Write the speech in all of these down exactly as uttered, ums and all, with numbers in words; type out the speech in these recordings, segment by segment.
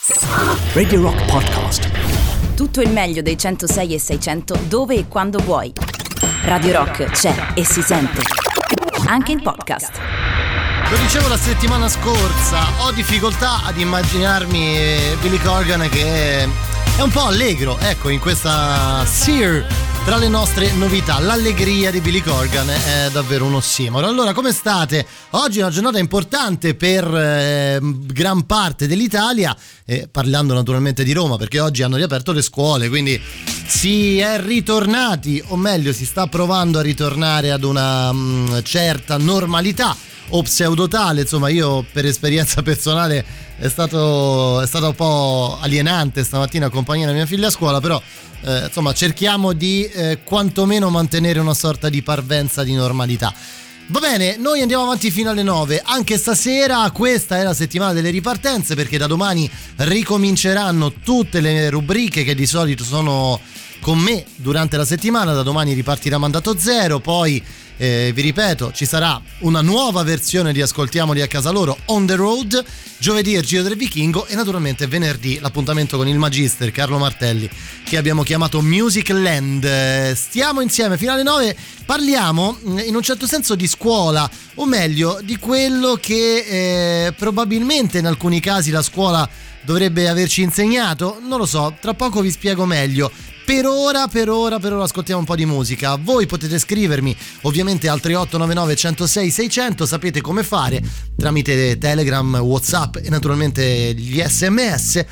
Radio Rock Podcast. Tutto il meglio dei centosei e seicento dove e quando vuoi. Radio Rock c'è e si sente anche in podcast. Lo dicevo la settimana scorsa, ho difficoltà ad immaginarmi Billy Corgan che è un po' allegro, ecco, in questa Sear. Tra le nostre novità, l'allegria di Billy Corgan è davvero un ossimoro. Allora, come state? Oggi è una giornata importante per eh, gran parte dell'Italia, eh, parlando naturalmente di Roma, perché oggi hanno riaperto le scuole, quindi si è ritornati, o meglio si sta provando a ritornare ad una mh, certa normalità o pseudotale. Insomma, io per esperienza personale è stato, è stato un po' alienante stamattina accompagnare mia figlia a scuola, però eh, insomma cerchiamo di eh, quantomeno mantenere una sorta di parvenza di normalità. Va bene, noi andiamo avanti fino alle nove, anche stasera. Questa è la settimana delle ripartenze, perché da domani ricominceranno tutte le rubriche che di solito sono con me durante la settimana. Da domani ripartirà Mandato Zero, poi Eh, vi ripeto, ci sarà una nuova versione di Ascoltiamoli a casa loro, On the Road. Giovedì il Giro del Vichingo e naturalmente venerdì l'appuntamento con il Magister Carlo Martelli, che abbiamo chiamato Music Land. Stiamo insieme fino alle nove, parliamo in un certo senso di scuola, o meglio di quello che eh, probabilmente in alcuni casi la scuola dovrebbe averci insegnato. Non lo so, tra poco vi spiego meglio. Per ora, per ora, per ora ascoltiamo un po' di musica. Voi potete scrivermi ovviamente al tre otto nove nove uno zero sei sei zero zero, sapete come fare, tramite Telegram, WhatsApp e naturalmente gli sms,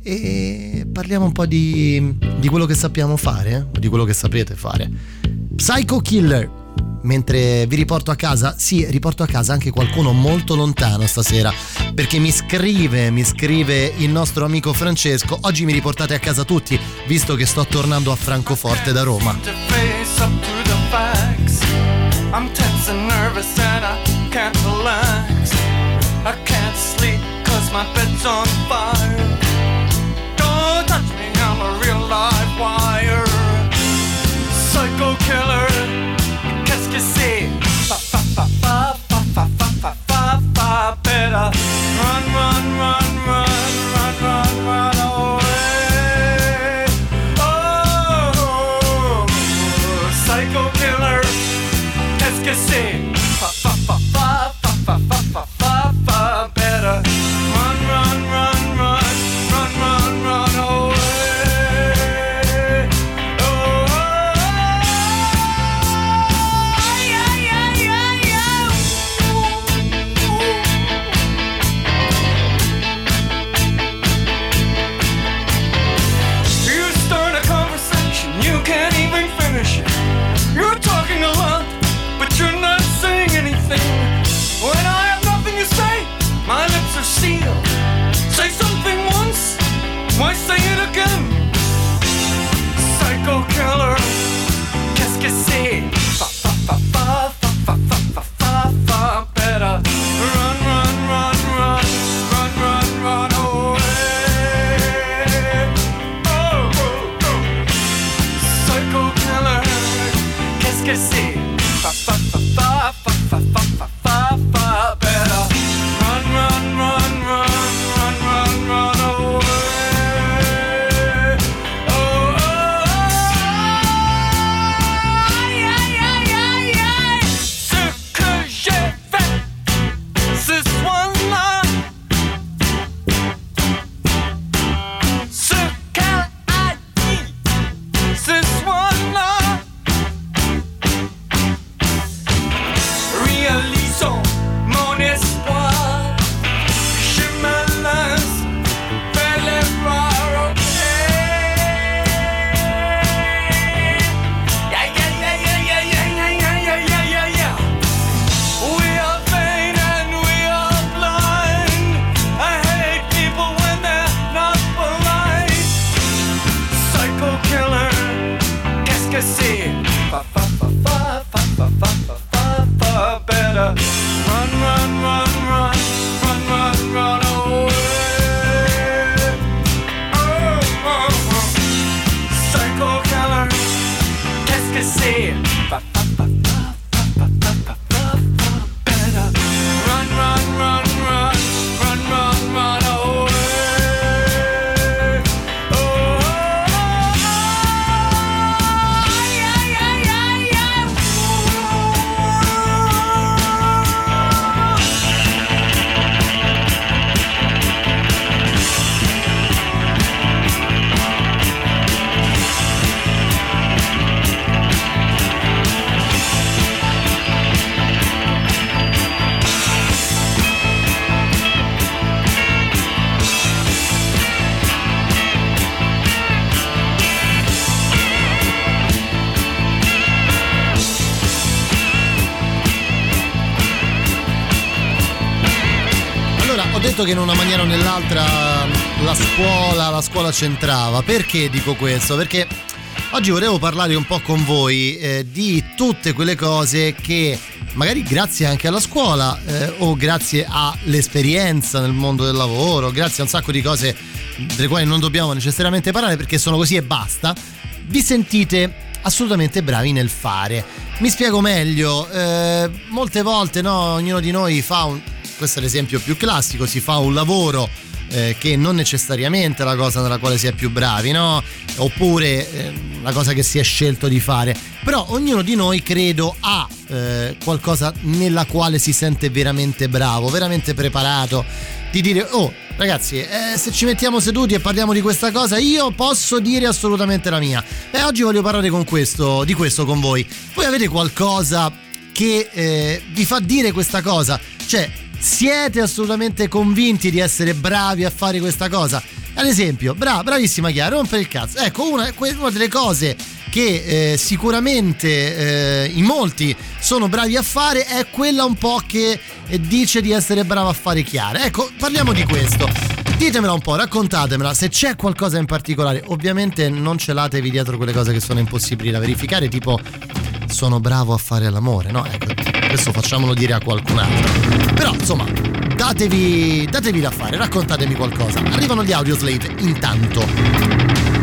e parliamo un po' di, di quello che sappiamo fare, eh? O di quello che sapete fare. Psycho Killer. Mentre vi riporto a casa, sì, riporto a casa anche qualcuno molto lontano stasera, perché mi scrive, mi scrive il nostro amico Francesco: oggi mi riportate a casa tutti, visto che sto tornando a Francoforte da Roma. I'm tense and nervous and I can't relax. I can't sleep cause my bed's on fire. Don't touch me, I'm a real live wire. Psycho killer. Qu'est-ce que c'est? Fa fa fa fa fa fa fa fa fa fa. Better run, run, run, run, run, run, run away. Oh, psycho killer. Qu'est-ce que c'est? Fa fa fa fa fa fa fa fa fa fa. Better run, run, run, run, run, run, run away. You're talking a lot, but you're not saying anything. When I have nothing to say, my lips are sealed. Say something once, why say it again? Psycho killer, qu'est-ce que c'est? Fa fa fa fa fa fa fa fa fa fa. Better run, run, run, run, run, run, run away. Oh, oh, oh. Psycho killer. Qu'est-ce que c'est? Fa fa fa fa fa fa fa fa fa fa. Better run, run, run, run, run, run, run away. Oh, oh, oh. Aïe, aïe, aïe, aïe, aïe. Ce que j'ai fait ce soir-là, ce qu'elle a dit ce soir-là. Réalisons mon espoir, je me lance vers les bras, ok. Yeah, yeah, yeah, yeah, yeah, yeah, yeah, yeah, yeah, yeah, yeah. We are vain and we are blind. I hate people when they're not polite. Psycho killer, qu'est-ce que c'est? Fa fa fa fa fa fa fa fa fa fa. Better run, run, run, run, run, run, run away. Oh, oh, oh. Psycho killer, qu'est-ce que c'est? Fa fa fa fa fa fa fa fa fa. Better run, run, run, run, run, run, run away. detto che in una maniera o nell'altra la scuola, la scuola c'entrava. Perché dico questo? Perché oggi volevo parlare un po' con voi eh, di tutte quelle cose che magari grazie anche alla scuola eh, o grazie all'esperienza nel mondo del lavoro, grazie a un sacco di cose delle quali non dobbiamo necessariamente parlare perché sono così e basta, vi sentite assolutamente bravi nel fare. Mi spiego meglio, eh, molte volte no, ognuno di noi fa un, questo è l'esempio più classico, si fa un lavoro eh, che non necessariamente è la cosa nella quale si è più bravi, no? Oppure eh, la cosa che si è scelto di fare, però ognuno di noi credo ha eh, qualcosa nella quale si sente veramente bravo, veramente preparato, di dire oh ragazzi eh, se ci mettiamo seduti e parliamo di questa cosa io posso dire assolutamente la mia. E oggi voglio parlare con questo, di questo con voi. Voi avete qualcosa che eh, vi fa dire questa cosa? Cioè siete assolutamente convinti di essere bravi a fare questa cosa? Ad esempio, bra- bravissima Chiara, rompere il cazzo. Ecco, una, una delle cose che eh, sicuramente eh, in molti sono bravi a fare è quella un po' che eh, dice di essere brava a fare Chiara. Ecco, parliamo di questo. Ditemela un po', raccontatemela se c'è qualcosa in particolare. Ovviamente non celatevi dietro quelle cose che sono impossibili da verificare, tipo sono bravo a fare l'amore, no? Ecco, questo facciamolo dire a qualcun altro. Però insomma, datevi, datevi da fare, raccontatemi qualcosa. Arrivano gli Audioslave intanto.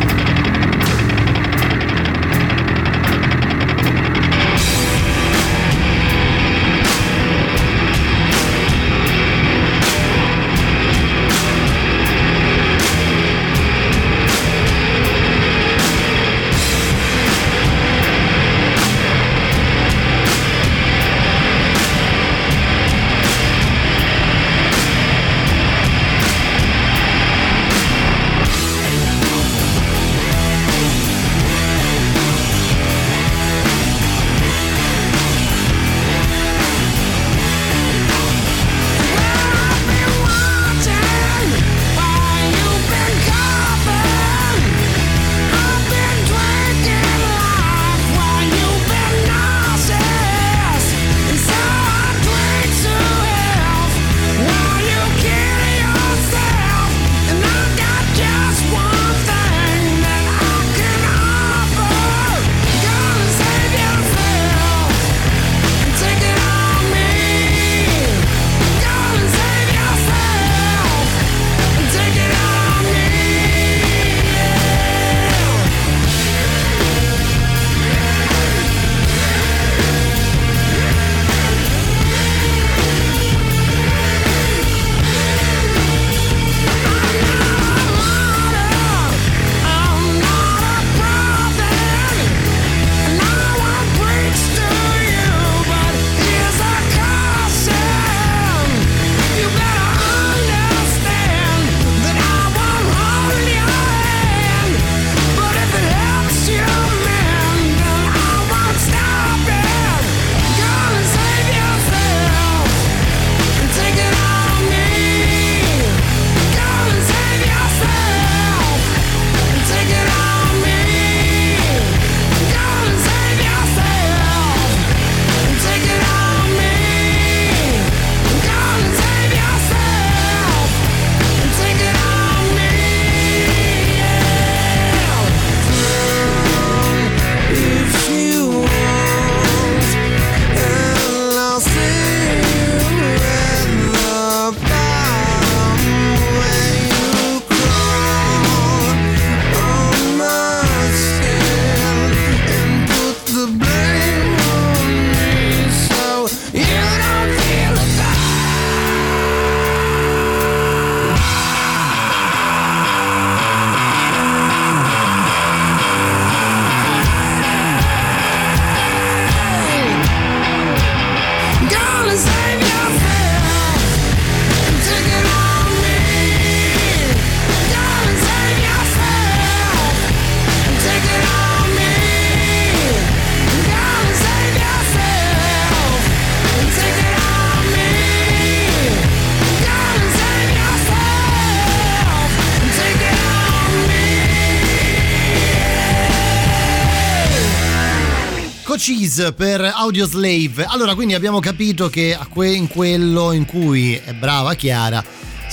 Cheese per Audioslave. Allora, quindi abbiamo capito che in quello in cui è brava Chiara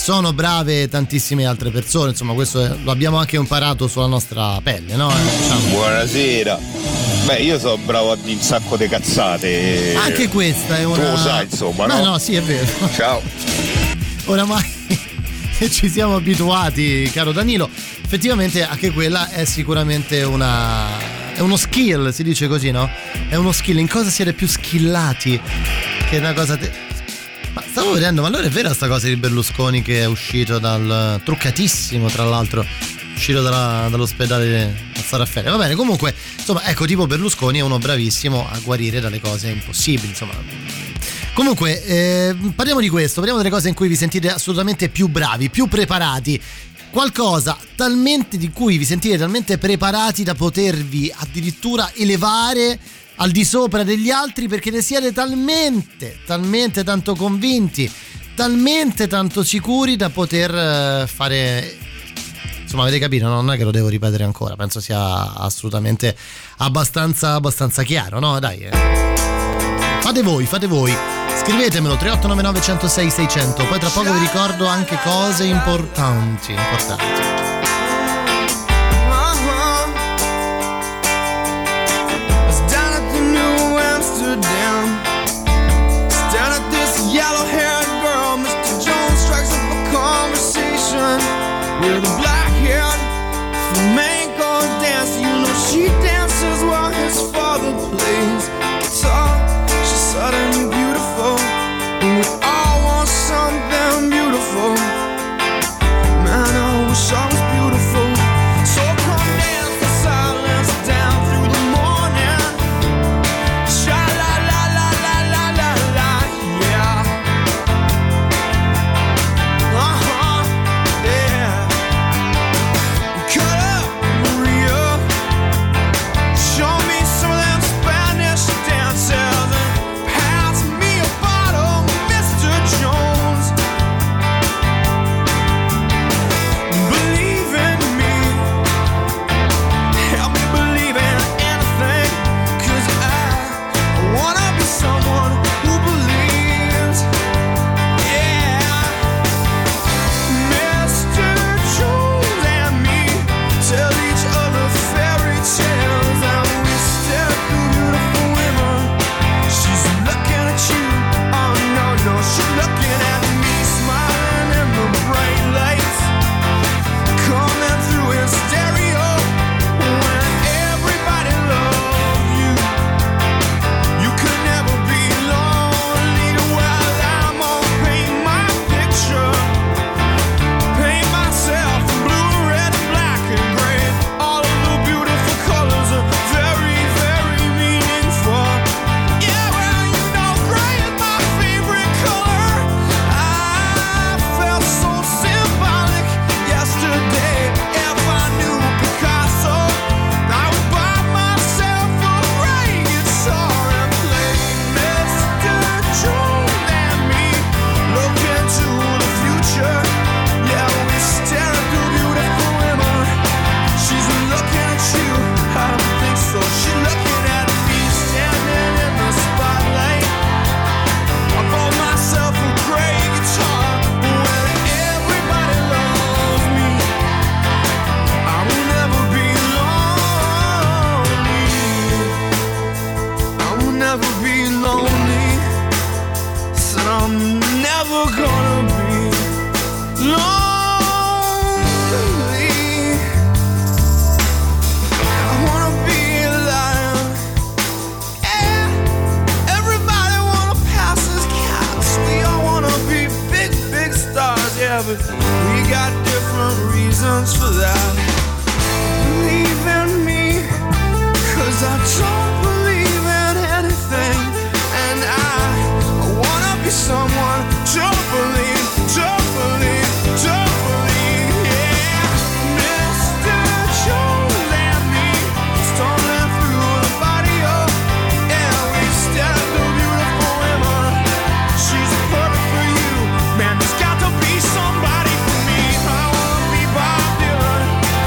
sono brave tantissime altre persone, insomma questo è, lo abbiamo anche imparato sulla nostra pelle, no? Eh, diciamo. Buonasera. Beh, io sono bravo a dire un sacco di cazzate. Anche questa è una... Tu lo sai, insomma, no? No, no, sì, è vero. Ciao. Oramai che ci siamo abituati, caro Danilo, effettivamente anche quella è sicuramente una... è uno skill, si dice così, no? È uno skill. In cosa siete più skillati? Che è una cosa... Te... Ma stavo vedendo, ma allora è vera sta cosa di Berlusconi che è uscito dal... truccatissimo, tra l'altro, uscito dalla, dall'ospedale a San Raffaele. Va bene, comunque, insomma, ecco, tipo Berlusconi è uno bravissimo a guarire dalle cose impossibili, insomma. Comunque, eh, parliamo di questo, parliamo delle cose in cui vi sentite assolutamente più bravi, più preparati. Qualcosa talmente di cui vi sentite talmente preparati da potervi addirittura elevare al di sopra degli altri, perché ne siete talmente, talmente tanto convinti, talmente tanto sicuri da poter fare... Insomma, avete capito, no? Non è che lo devo ripetere ancora, penso sia assolutamente abbastanza, abbastanza chiaro, no? Dai, eh. fate voi, fate voi. Scrivetemelo tre otto nove nove uno zero sei sei zero zero. Poi tra poco vi ricordo anche cose importanti, importanti. With a black-haired flamenco dancer, you know she dances while his father plays guitar. She's suddenly beautiful, and we all want something beautiful. Man, I wish I was beautiful. So come dance the silence down through the morning. Sha la la la la la la la, yeah. Uh huh, yeah. Cut up, Maria. Show me some of them Spanish dances and pass me a bottle, Mister Jones. Believe in me, help me believe in anything, 'cause I wanna be someone who believes. Yeah, Mister Jones and me tell each other fairy tales, and we stare at the beautiful women. She's looking at you, oh no, no, she's looking at me, smiling in the bright lights, coming through in stereo. When everybody loves you, you could never be lonely. Well, I'm gonna paint my picture, paint myself in blue, red, black, and gray. All of the beautiful colors are very, very meaningful. Yeah, well, you know gray is my favorite color. I felt so symbolic yesterday. If I knew Picasso, I would buy myself a gray guitar and play Mister Jones and me. Look into the future. Yeah, we stare at the beautiful women. She's looking at you, I don't think so. She's looking at me, standing in the spotlight. I bought myself a gray guitar. When everybody loves me, I will never be lonely. I will never be lonely. Said I'm never gonna be lonely. I wanna be a lion. Yeah, everybody wanna pass as cats. We all wanna be big, big stars. Yeah, but we got different reasons for that. Believe in me, 'cause I don't believe in anything. And I, I wanna be someone. Don't believe, don't believe, don't believe. Yeah, Mister Jones and me, stumbling through the barrio. Yeah, we stare at the beautiful women. She's perfect for you. Man, there's got to be somebody for me. I wanna be Bob Dylan.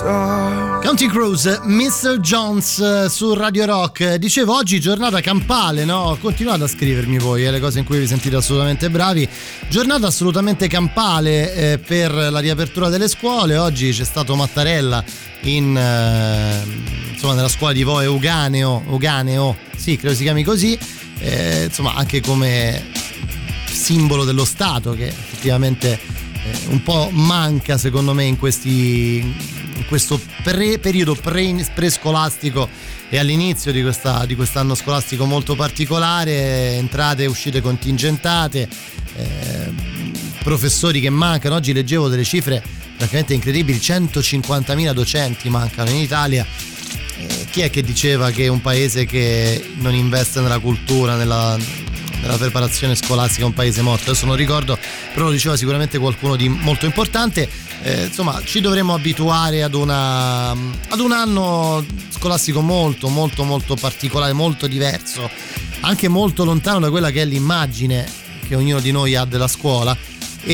star. Counting Crows, mister Jones su Radio Rock. Dicevo, oggi giornata campale, no? Continuate a scrivermi voi eh, le cose in cui vi sentite assolutamente bravi. Giornata assolutamente campale eh, per la riapertura delle scuole. Oggi c'è stato Mattarella in eh, insomma nella scuola di Voe Euganeo, Euganeo, sì, credo si chiami così. Eh, insomma, anche come simbolo dello Stato, che effettivamente eh, un po' manca secondo me in questi in questo pre, periodo pre, prescolastico e all'inizio di, questa, di quest'anno scolastico molto particolare, entrate e uscite contingentate, eh, professori che mancano. Oggi leggevo delle cifre francamente incredibili, centocinquantamila docenti mancano in Italia. Eh, chi è che diceva che un paese che non investe nella cultura, nella, nella preparazione scolastica è un paese morto? Adesso non ricordo, però lo diceva sicuramente qualcuno di molto importante. Eh, insomma, ci dovremmo abituare ad una ad un anno scolastico molto molto molto particolare, molto diverso, anche molto lontano da quella che è l'immagine che ognuno di noi ha della scuola, e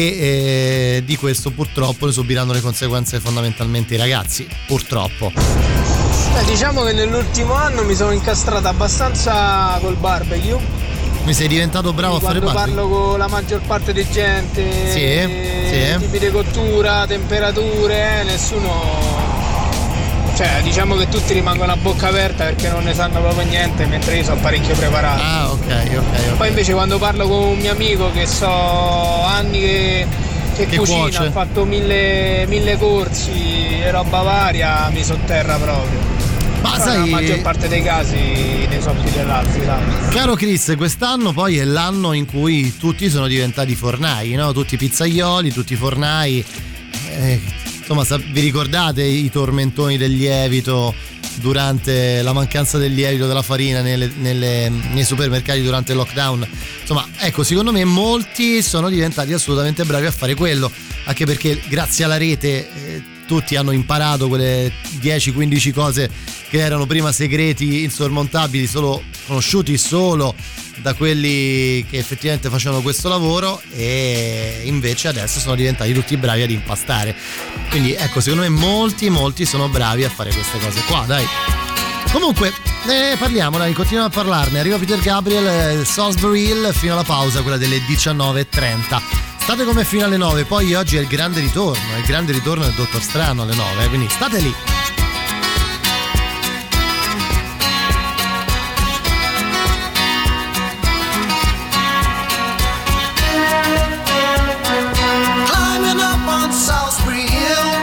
eh, di questo purtroppo ne subiranno le conseguenze fondamentalmente i ragazzi, purtroppo. Beh, diciamo che nell'ultimo anno mi sono incastrato abbastanza col barbecue. Mi sei diventato bravo quindi a fare barbecue? Quando parlo con la maggior parte di gente, sì, sì. tipi di cottura, temperature, eh, nessuno... Cioè, diciamo che tutti rimangono a bocca aperta perché non ne sanno proprio niente, mentre io sono parecchio preparato. Ah, ok, ok, ok. Poi invece quando parlo con un mio amico che so anni che, che, che cucina, cuoce. Ha fatto mille, mille corsi e roba varia, mi sotterra proprio. Ma sai, nella maggior parte dei casi ne so più dell'altri, dai. Caro Chris, quest'anno poi è l'anno in cui tutti sono diventati fornai, no? Tutti pizzaioli, tutti fornai. Eh, insomma, vi ricordate i tormentoni del lievito durante la mancanza del lievito, della farina nelle, nelle, nei supermercati durante il lockdown? Insomma, ecco, secondo me molti sono diventati assolutamente bravi a fare quello, anche perché grazie alla rete eh, tutti hanno imparato quelle dieci quindici cose che erano prima segreti, insormontabili, solo conosciuti solo da quelli che effettivamente facevano questo lavoro, e invece adesso sono diventati tutti bravi ad impastare. Quindi ecco, secondo me molti molti sono bravi a fare queste cose qua, dai. Comunque ne parliamo, dai, continuiamo a parlarne. Arriva Peter Gabriel, Salisbury Hill, fino alla pausa, quella delle diciannove e trenta. State come fino alle nove, poi oggi è il grande ritorno, è il grande ritorno del Dottor Strano alle nove, quindi state lì. Climbing up on Salisbury Hill,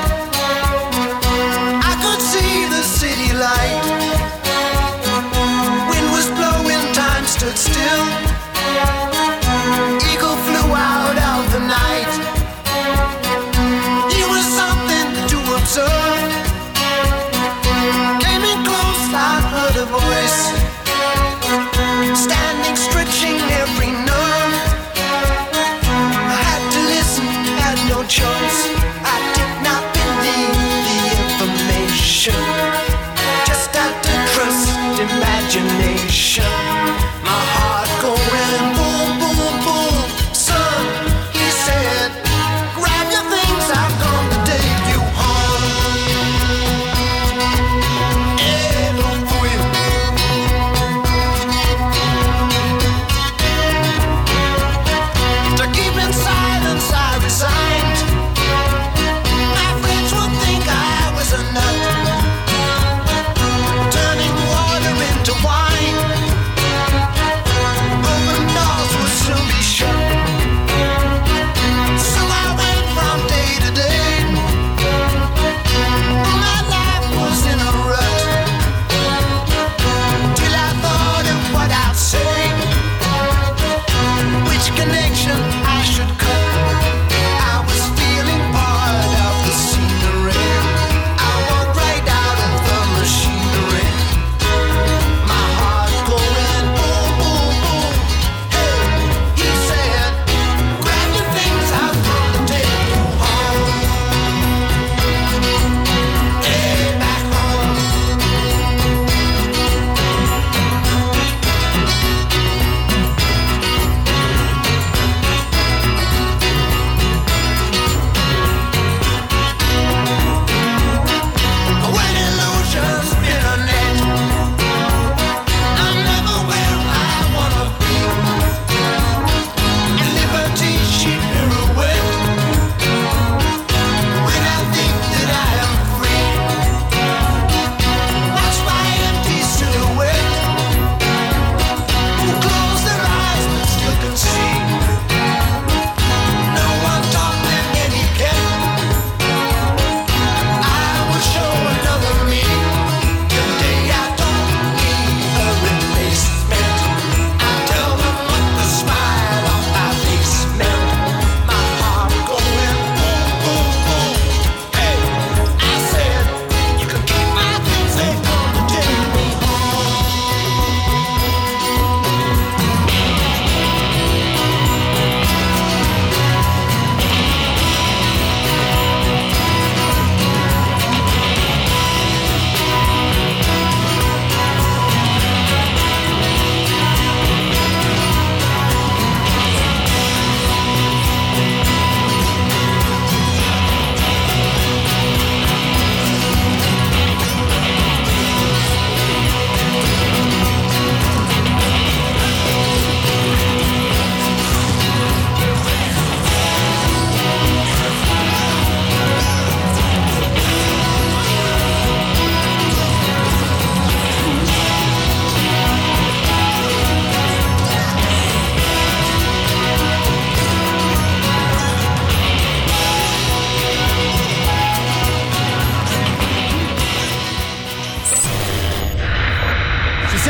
I could see the city light. Wind was blowing, time stood still. Eagle flew out of the night. He was something to observe.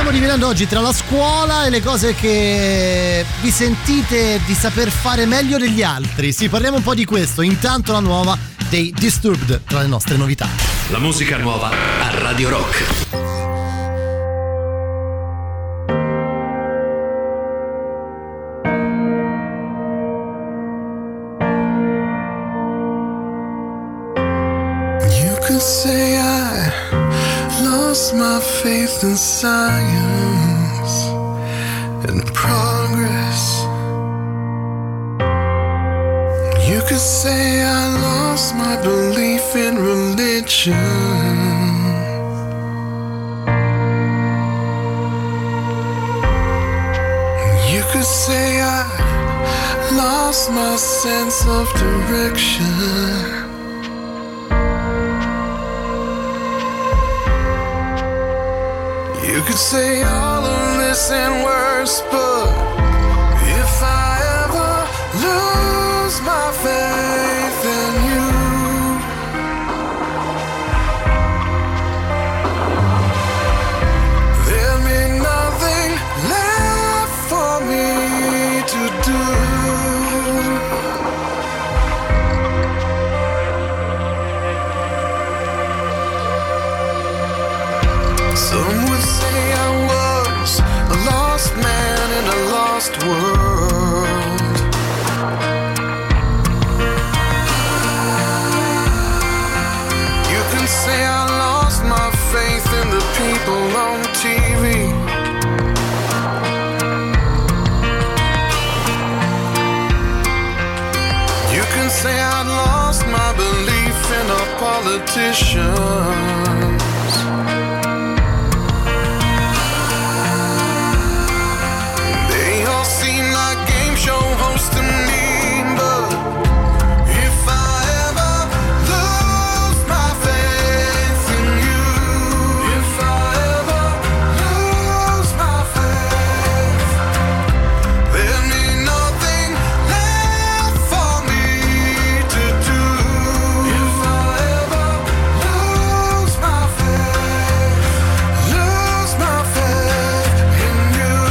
Stiamo dividendo oggi tra la scuola e le cose che vi sentite di saper fare meglio degli altri. Sì, parliamo un po' di questo. Intanto la nuova dei Disturbed tra le nostre novità. La musica nuova a Radio Rock. Say I lost my faith in science and progress. You could say I lost my belief in religion. You could say I lost my sense of direction. You could say all of this and worse, but if I ever lose my faith in you, there'll be nothing left for me to do. Some would say I was a lost man in a lost world. You can say I lost my faith in the people on T V. You can say I lost my belief in our politicians. Seem like game show host to me, but if I ever lose my faith in you, if I ever lose my faith, there'll be nothing left for me to do. If I ever lose my faith, lose my faith in you.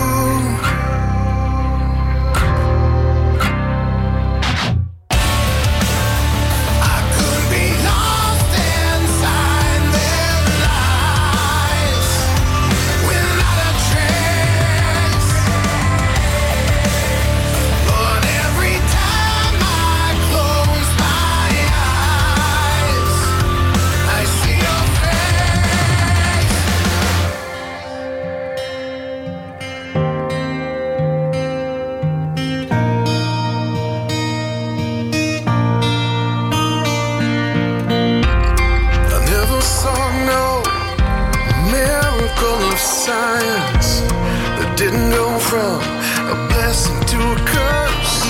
Science that didn't go from a blessing to a curse.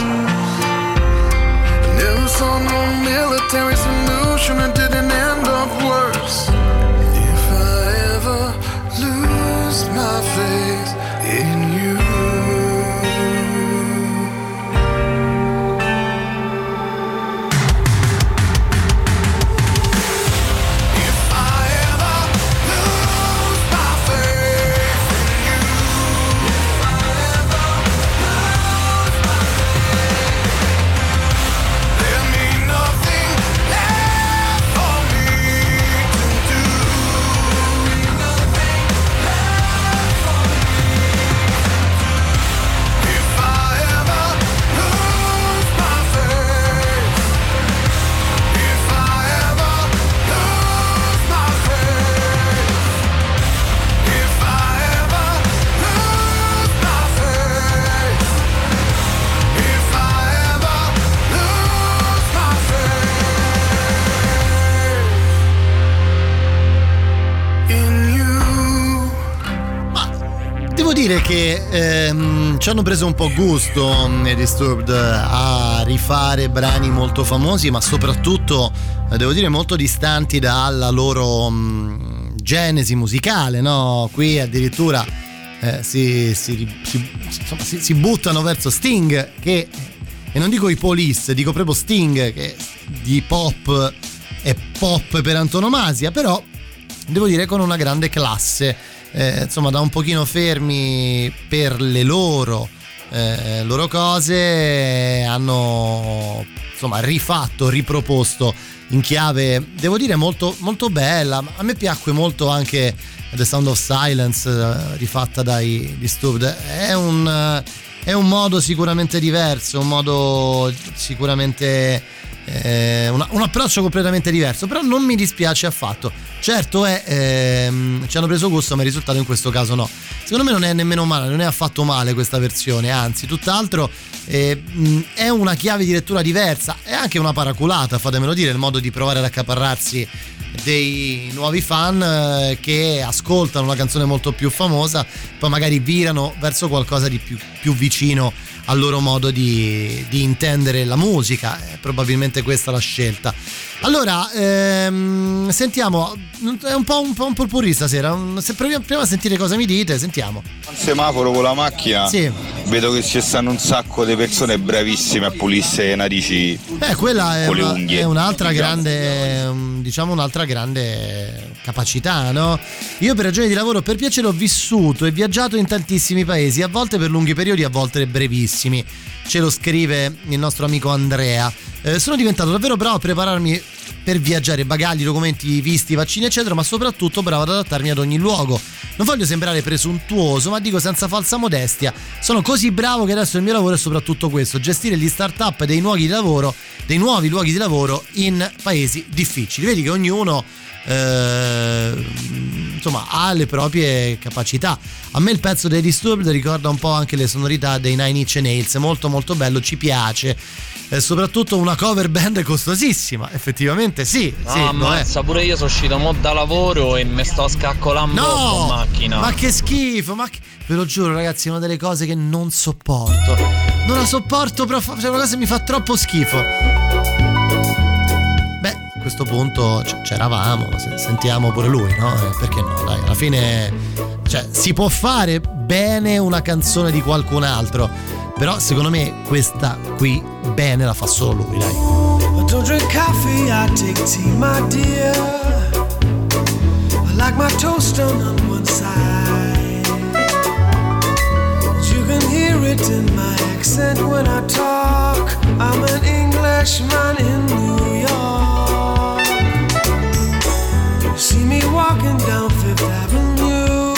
I never saw no military solution that didn't end up worse. If I ever lose my faith in you, che ehm, ci hanno preso un po' gusto nei Disturbed a rifare brani molto famosi, ma soprattutto eh, devo dire molto distanti dalla loro mh, genesi musicale, no? Qui addirittura eh, si, si, si, insomma, si, si buttano verso Sting, che, e non dico i Police, dico proprio Sting, che di pop è pop per antonomasia, però devo dire con una grande classe, eh, insomma da un pochino fermi per le loro eh, loro cose hanno insomma rifatto, riproposto in chiave, devo dire, molto, molto bella. A me piacque molto anche The Sound of Silence, eh, rifatta dai Disturbed. È un, è un modo sicuramente diverso, un modo sicuramente eh, un, un approccio completamente diverso, però non mi dispiace affatto. Certo è, ehm, ci hanno preso gusto, ma il risultato in questo caso no. Secondo me non è nemmeno male, non è affatto male questa versione, anzi tutt'altro. Eh, è una chiave di lettura diversa, è anche una paraculata, fatemelo dire, il modo di provare ad accaparrarsi dei nuovi fan eh, che ascoltano una canzone molto più famosa, poi magari virano verso qualcosa di più, più vicino al loro modo di, di intendere la musica. È probabilmente questa la scelta. Allora, ehm, sentiamo, è un po' un po' un potpourri stasera. Se proviamo prima a sentire cosa mi dite, sentiamo. Un semaforo con la macchina, sì. Vedo che ci stanno un sacco di persone bravissime a pulirsi le narici. Eh, quella è, con le una, unghie, è un'altra diciamo. grande, diciamo un'altra grande capacità, no? Io per ragioni di lavoro, per piacere, ho vissuto e viaggiato in tantissimi paesi, a volte per lunghi periodi, a volte brevissimi. Ce lo scrive il nostro amico Andrea. Eh, sono diventato davvero bravo a prepararmi per viaggiare, bagagli, documenti, visti, vaccini eccetera, ma soprattutto bravo ad adattarmi ad ogni luogo. Non voglio sembrare presuntuoso, ma dico senza falsa modestia, sono così bravo che adesso il mio lavoro è soprattutto questo: gestire gli start-up dei nuovi di lavoro, dei nuovi luoghi di lavoro in paesi difficili. Vedi che ognuno eh, insomma ha le proprie capacità. A me il pezzo dei Disturbed ricorda un po' anche le sonorità dei Nine Inch Nails, molto molto bello, ci piace. Eh, soprattutto una cover band costosissima, effettivamente sì, no, sì, ammazza, pure io sono uscito mo da lavoro e mi sto scaccolando no, in macchina. Ma che schifo, ma che... ve lo giuro ragazzi, è una delle cose che non sopporto. Non la sopporto, però fa... cioè, una cosa che mi fa troppo schifo. Beh, a questo punto c- c'eravamo, sentiamo pure lui, no? Eh, perché no? Dai, alla fine, cioè, si può fare bene una canzone di qualcun altro, però secondo me questa qui bene la fa solo lui, dai. I don't drink coffee, I take tea, my dear. I like my toast done on one side. You can hear it in my accent when I talk. I'm an Englishman in New York. You see me walking down Fifth Avenue,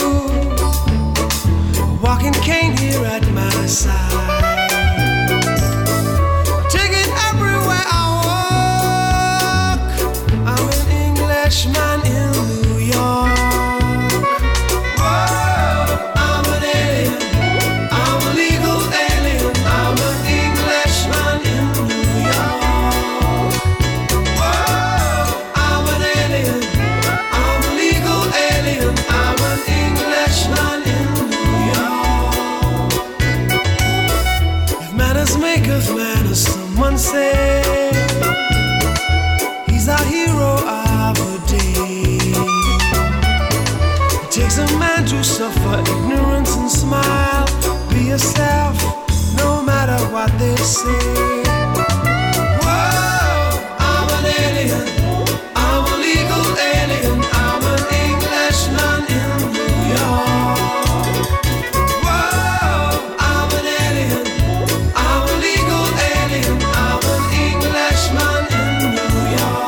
a walking cane here at my side. Man in New York. Whoa, I'm an alien, I'm a legal alien, I'm an Englishman in New York. Whoa, I'm an alien, I'm a legal alien, I'm an Englishman in New York. If manners make of manners, someone say he's our hero of a day. It takes a man to suffer ignorance and smile. Be yourself, no matter what they say. Whoa, I'm an alien, I'm a legal alien, I'm an Englishman in New York. Whoa, I'm an alien, I'm a legal alien, I'm an Englishman in New York.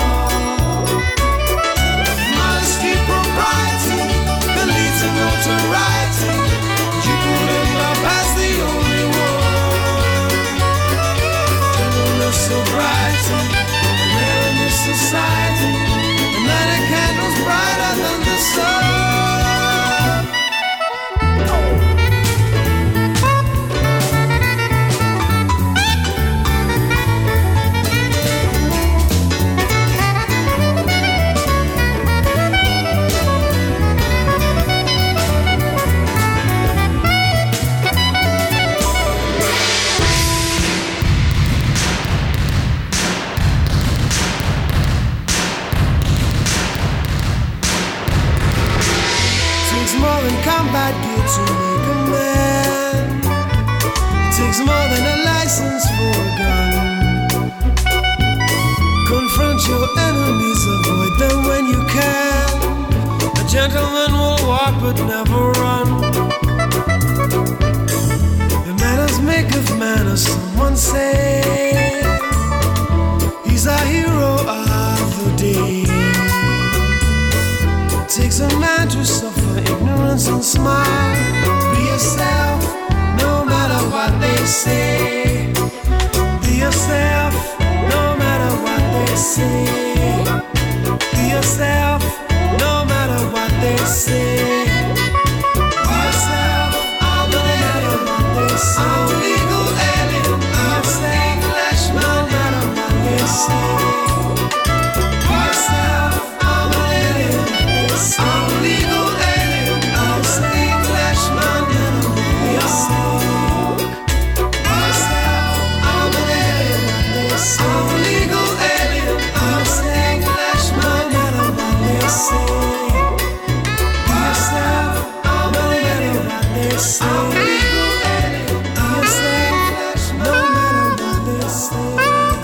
Notoriety, you could never pass the only one. Gentleness, sobriety, man in this society, and light a candles brighter than the sun. Combat gear to make a man. It takes more than a license for a gun. Confront your enemies, avoid them when you can. gentleman will walk but never run. The manners maketh manners, someone say. He's a hero of the day. It takes a man to suffer ignorance and smile. Be yourself, no matter what they say. Be yourself, no matter what they say. Be yourself, no matter what they say. Be yourself, no matter what they say. I'm a legal alien, I'm a snake flesh, no matter what they say. Be yourself, I'm a alien, I'm a legal alien, I'm a snake flesh, no matter what they say. Be yourself, I'm a alien, I'm a legal alien, I'm a snake flesh, no matter what they say. Be yourself, I'm a alien, I'm a legal alien, I'm a snake flesh, no matter what they say.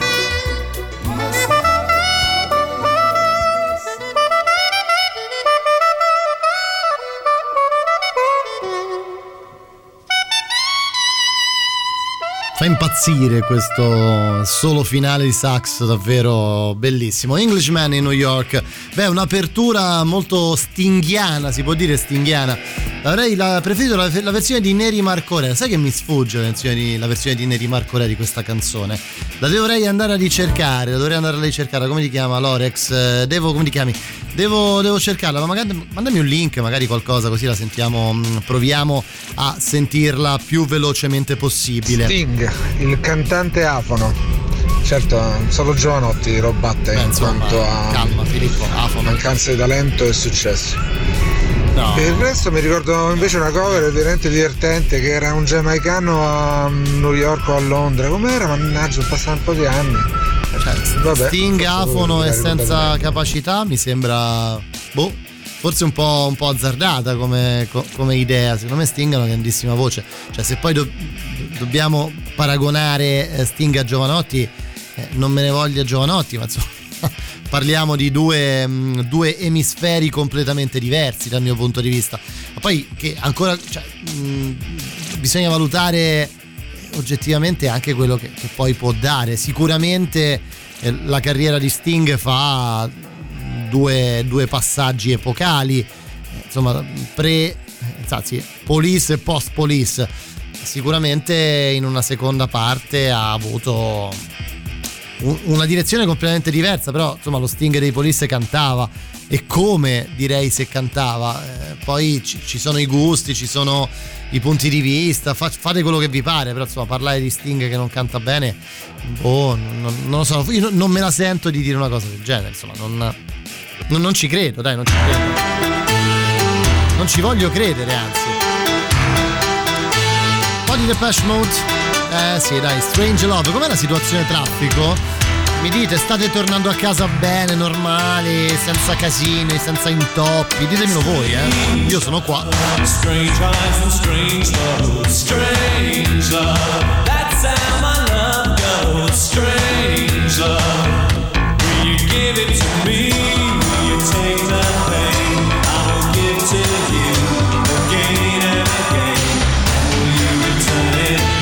Fa impazzire questo solo finale di sax, davvero bellissimo. Englishman in New York, beh, un'apertura molto stinghiana, si può dire stinghiana. Avrei la, preferito la, la versione di Neri Marcorea. Sai che mi sfugge la versione, di, la versione di Neri Marcorea di questa canzone? La dovrei andare a ricercare, la dovrei andare a ricercare. Come ti chiama Lorex? Devo, come ti chiami? Devo, devo cercarla, ma magari mandami un link, magari qualcosa, così la sentiamo, proviamo a sentirla più velocemente possibile. Sting, il cantante afono. Certo, solo Giovanotti lo batte. Beh, in insomma, quanto a calma, Filippo, afono. Mancanza di talento e successo. No. Per il resto mi ricordo invece una cover veramente divertente, che era un giamaicano a New York o a Londra. Com'era? Mannaggia, passano un po' di anni. Cioè, Vabbè, Sting afono e senza capacità mi sembra, boh, forse un po', un po' azzardata come, come idea. Secondo me Sting ha una grandissima voce. Cioè, se poi do, dobbiamo paragonare Sting a Giovanotti, eh, non me ne voglia Giovanotti, ma insomma parliamo di due, due emisferi completamente diversi dal mio punto di vista. Ma poi che ancora, cioè, mh, bisogna valutare oggettivamente anche quello che, che poi può dare. Sicuramente eh, la carriera di Sting fa due, due passaggi epocali, eh, insomma pre, anzi, Police e post Police. Sicuramente in una seconda parte ha avuto una direzione completamente diversa, però insomma lo Sting dei Police cantava, e come, direi, se cantava. Eh, poi ci, ci sono i gusti, ci sono i punti di vista, fa, fate quello che vi pare, però insomma parlare di Sting che non canta bene, boh, non, non lo so, io non me la sento di dire una cosa del genere, insomma non, non, non ci credo, dai, non ci credo, non ci voglio credere, anzi. Un po' di Depeche Mode. Eh sì, dai, Strange Love. Com'è la situazione traffico? Mi dite, state tornando a casa bene, normali, senza casini, senza intoppi? Ditemelo voi, eh. Io sono qua. Strange eyes and strange love, strange love. That's how my love goes. Strange love. Will you give it to me? Will you take the pain? I will give to you again and again. Will you return it?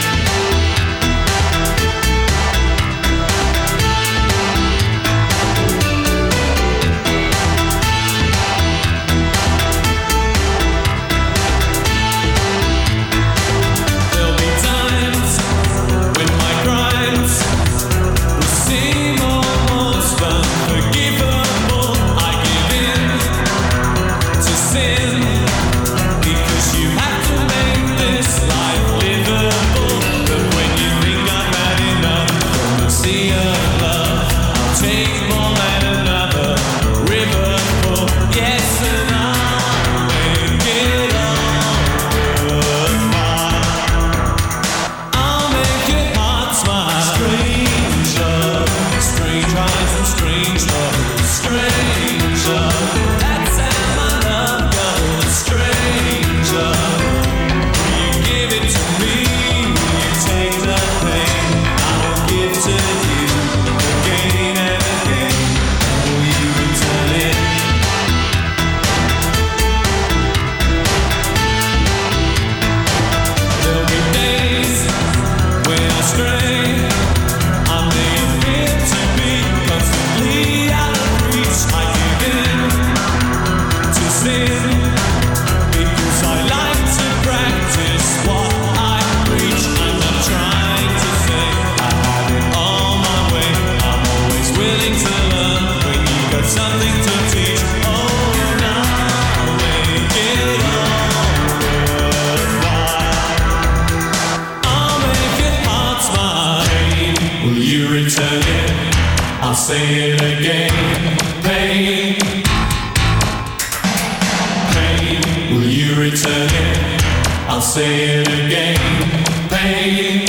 return it, I'll say it again. Pain,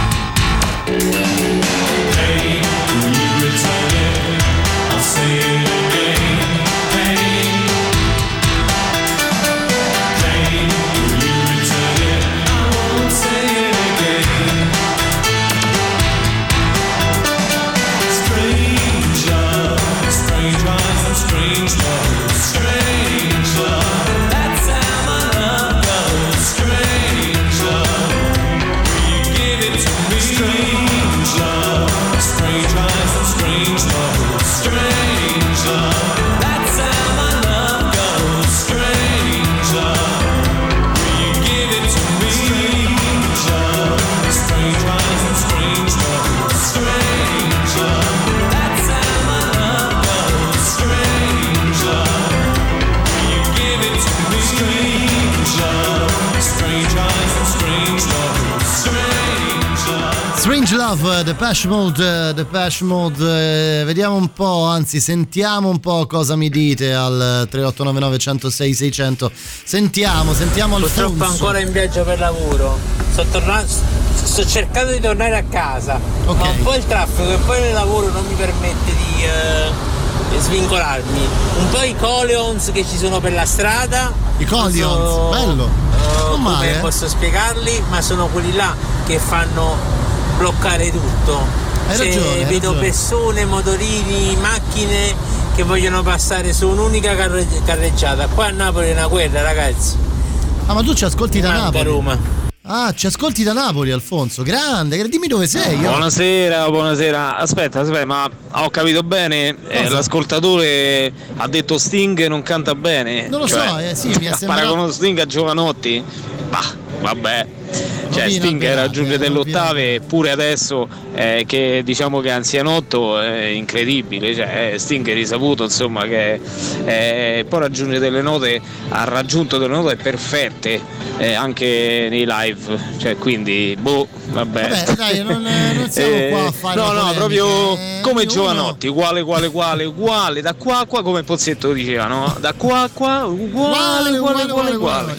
pain, will you return it? I'll say it again. Pain, pain, will you return it? I won't say it again. Strange love, strange rise and strange love, strange love. That's how my love goes. Strange love, will you give it to me? Strange love, strange rise and strange love, strange love. That's how my love goes. Strange love, will you give it to me? Strange love, strange rise and strange love, strange love. That's how my love goes. Strange love, will you give it to me? Strange love, strange rise and strange love, strange love. Strange Love, Depeche Mode, Depeche Mode, eh, vediamo un po', anzi sentiamo un po' cosa mi dite al tre otto nove nove uno zero sei sei zero zero. Sentiamo, sentiamo Alfonso. Purtroppo ancora in viaggio per lavoro. Sto tornando, sto cercando di tornare a casa. Ok. Ma un po' il traffico e poi il lavoro non mi permette di eh, svincolarmi. Un po' i Coleons che ci sono per la strada. I Coleons, so, bello. Uh, Non male, come eh. posso spiegarli, ma sono quelli là che fanno bloccare tutto. Hai Cioè, ragione, hai vedo ragione. persone, motorini, macchine che vogliono passare su un'unica carre- carreggiata. Qua a Napoli è una guerra, ragazzi. Ah, ma tu ci ascolti da Manca Napoli? Roma. Ah, ci ascolti da Napoli, Alfonso. Grande, dimmi dove sei. Io. Buonasera, buonasera. Aspetta, aspetta, ma ho capito bene? Eh, l'ascoltatore ha detto Sting non canta bene. Non lo Cioè, so, eh, sì, mi è sembrato. paragono Sting a Giovanotti? Bah, vabbè. Cioè, Rovina, Sting rovina, raggiunge delle rovina. ottave, pure adesso eh, che diciamo che è anzianotto, è incredibile. Cioè, eh, Sting è risaputo, insomma, che eh, poi raggiunge delle note, ha raggiunto delle note perfette eh, anche nei live. Cioè, quindi, boh, vabbè. Vabbè, dai, non, non siamo qua a fare No, no, polemiche. proprio Eh, come ognuno- Giovanotti, uguale, uguale, uguale, uguale, da qua a qua, come Pozzetto diceva, no? Da qua a qua, uguale, uguale, uguale, uguale.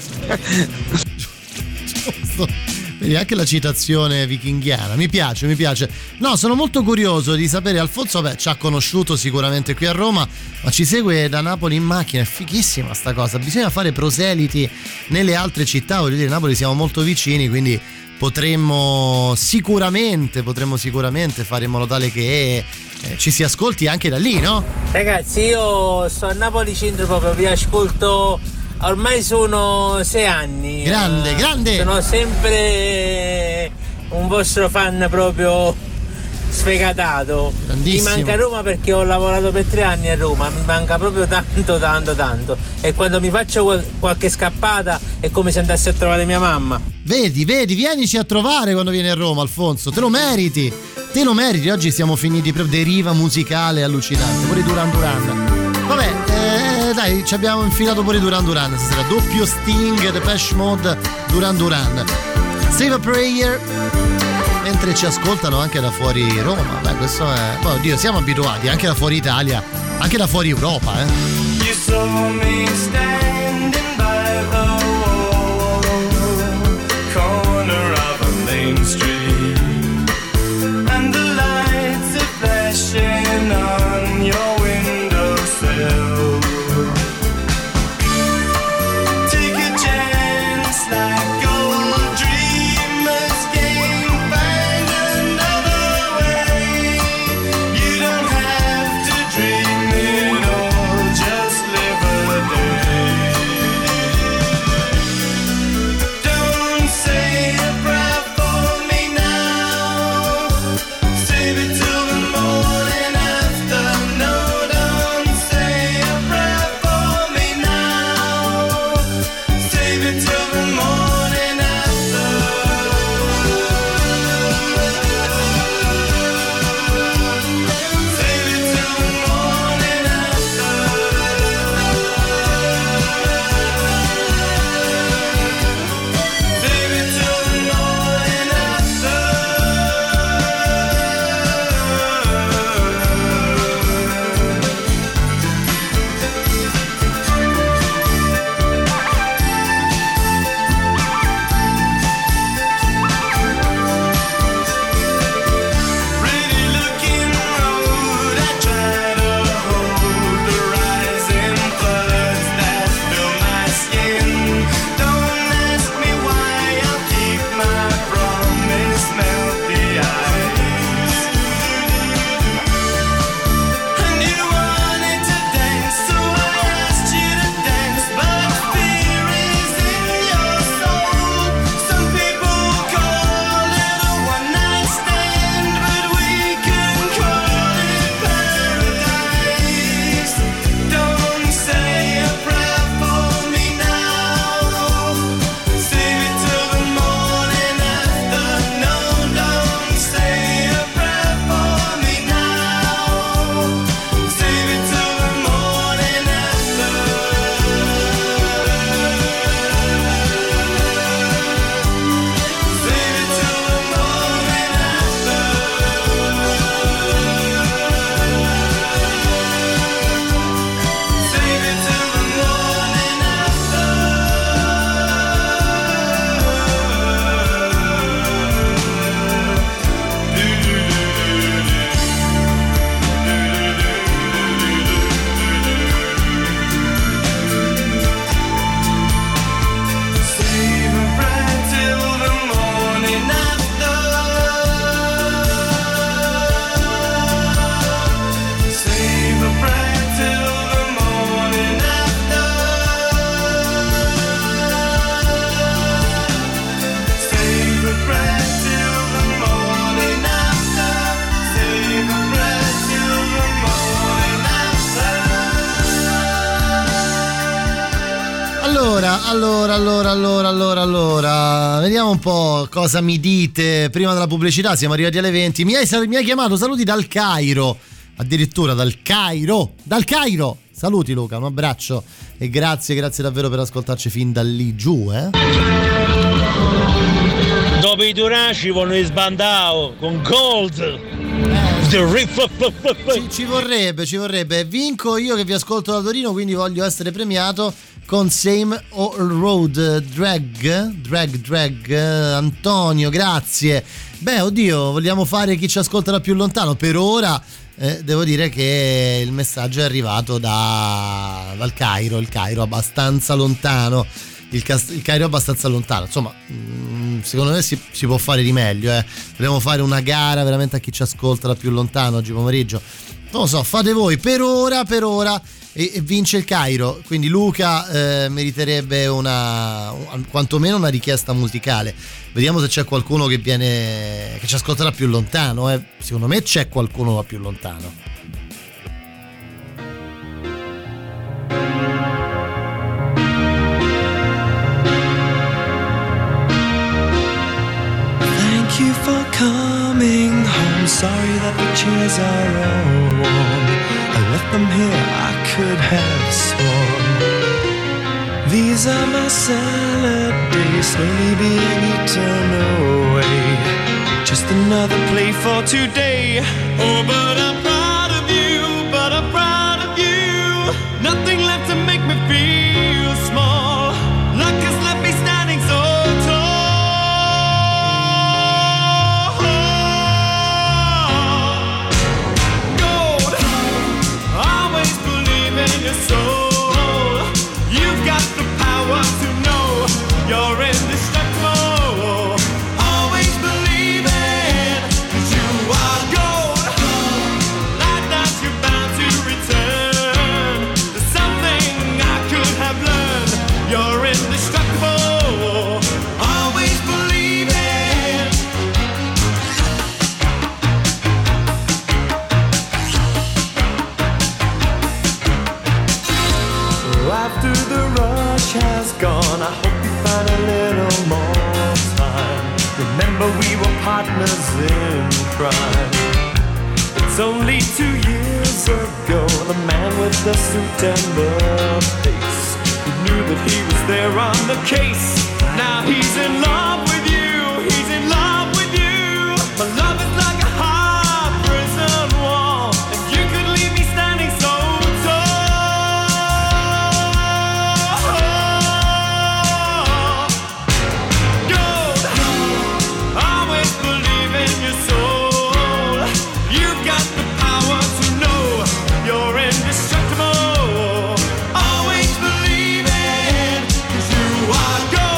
Giusto. Vedi anche la citazione vichinghiana, mi piace, mi piace. No, sono molto curioso di sapere. Alfonso, beh, ci ha conosciuto sicuramente qui a Roma, ma ci segue da Napoli in macchina, è fighissima sta cosa. Bisogna fare proseliti nelle altre città, voglio dire, Napoli siamo molto vicini, quindi potremmo sicuramente, potremmo sicuramente fare in modo tale che eh, ci si ascolti anche da lì, no? Ragazzi, io sto a Napoli centro proprio, vi ascolto ormai sono sei anni. Grande, Eh, grande. Sono sempre un vostro fan proprio sfegatato. Mi Grandissimo. manca Roma perché ho lavorato per tre anni a Roma, mi manca proprio tanto tanto tanto. E quando mi faccio qual- qualche scappata è come se andassi a trovare mia mamma. Vedi, vedi, vienici a trovare quando vieni a Roma, Alfonso, te lo meriti, te lo meriti. Oggi siamo finiti proprio deriva musicale allucinante, pure Duran Duran. Vabbè, eh, dai, ci abbiamo infilato pure Duran Duran stasera, doppio Sting, Depeche Mode, Duran Duran. Save a Prayer, mentre ci ascoltano anche da fuori Roma. Beh, questo è, oh, oddio, siamo abituati anche da fuori Italia, anche da fuori Europa, eh. You saw me standing by the wall, corner of a main street, and the lights are flashing on your windowsill. Take a chance like old dreamers game, find another way. You don't have to dream it all, just live a Allora, allora, allora, allora, allora, allora, vediamo un po' cosa mi dite prima della pubblicità. Siamo arrivati alle venti. Mi hai, mi hai chiamato, saluti dal Cairo, addirittura dal Cairo, dal Cairo. Saluti Luca, un abbraccio e grazie, grazie davvero per ascoltarci fin da lì giù, eh. Dopo i Duraci vanno sbandao con Gold. Ci, ci vorrebbe, ci vorrebbe. Vinco io che vi ascolto da Torino, quindi voglio essere premiato con Same Old Road. Drag, drag, drag. Antonio, grazie. Beh, oddio, vogliamo fare chi ci ascolta da più lontano? Per ora eh, devo dire che il messaggio è arrivato da, dal Cairo. Il Cairo abbastanza lontano. Il, Cast- il Cairo è abbastanza lontano, insomma, mh, secondo me si, si può fare di meglio, eh. Dobbiamo fare una gara veramente a chi ci ascolta da più lontano oggi pomeriggio. Non lo so, fate voi. Per ora, per ora e, e vince il Cairo, quindi Luca eh, meriterebbe una, quantomeno una richiesta musicale. Vediamo se c'è qualcuno che viene, che ci ascolta da più lontano, eh. Secondo me c'è qualcuno da più lontano. Thank you for coming home. Sorry that the chairs are all warm. I left them here, I could have sworn. These are my salad days, slowly being eaten away. Just another play for today. Oh, but I'm proud of you, but I'm proud of you. Nothing left to make me feel small. Luck has left me standing so tall. Your soul, you've got the power to know you're indestructible. Always believe it, 'cause you are gold. Like that you're bound to return. There's something I could have learned. You're indestructible. Always believe it. After the rush has gone, I hope you find a little more time. Remember we were partners in crime. It's only two years ago, the man with the suit and the face, who knew that he was there on the case. Now he's in love with you, he's in love with you. My love is like a high prison wall, and you could leave me standing so indestructible. Always believe it, 'cause you are gold.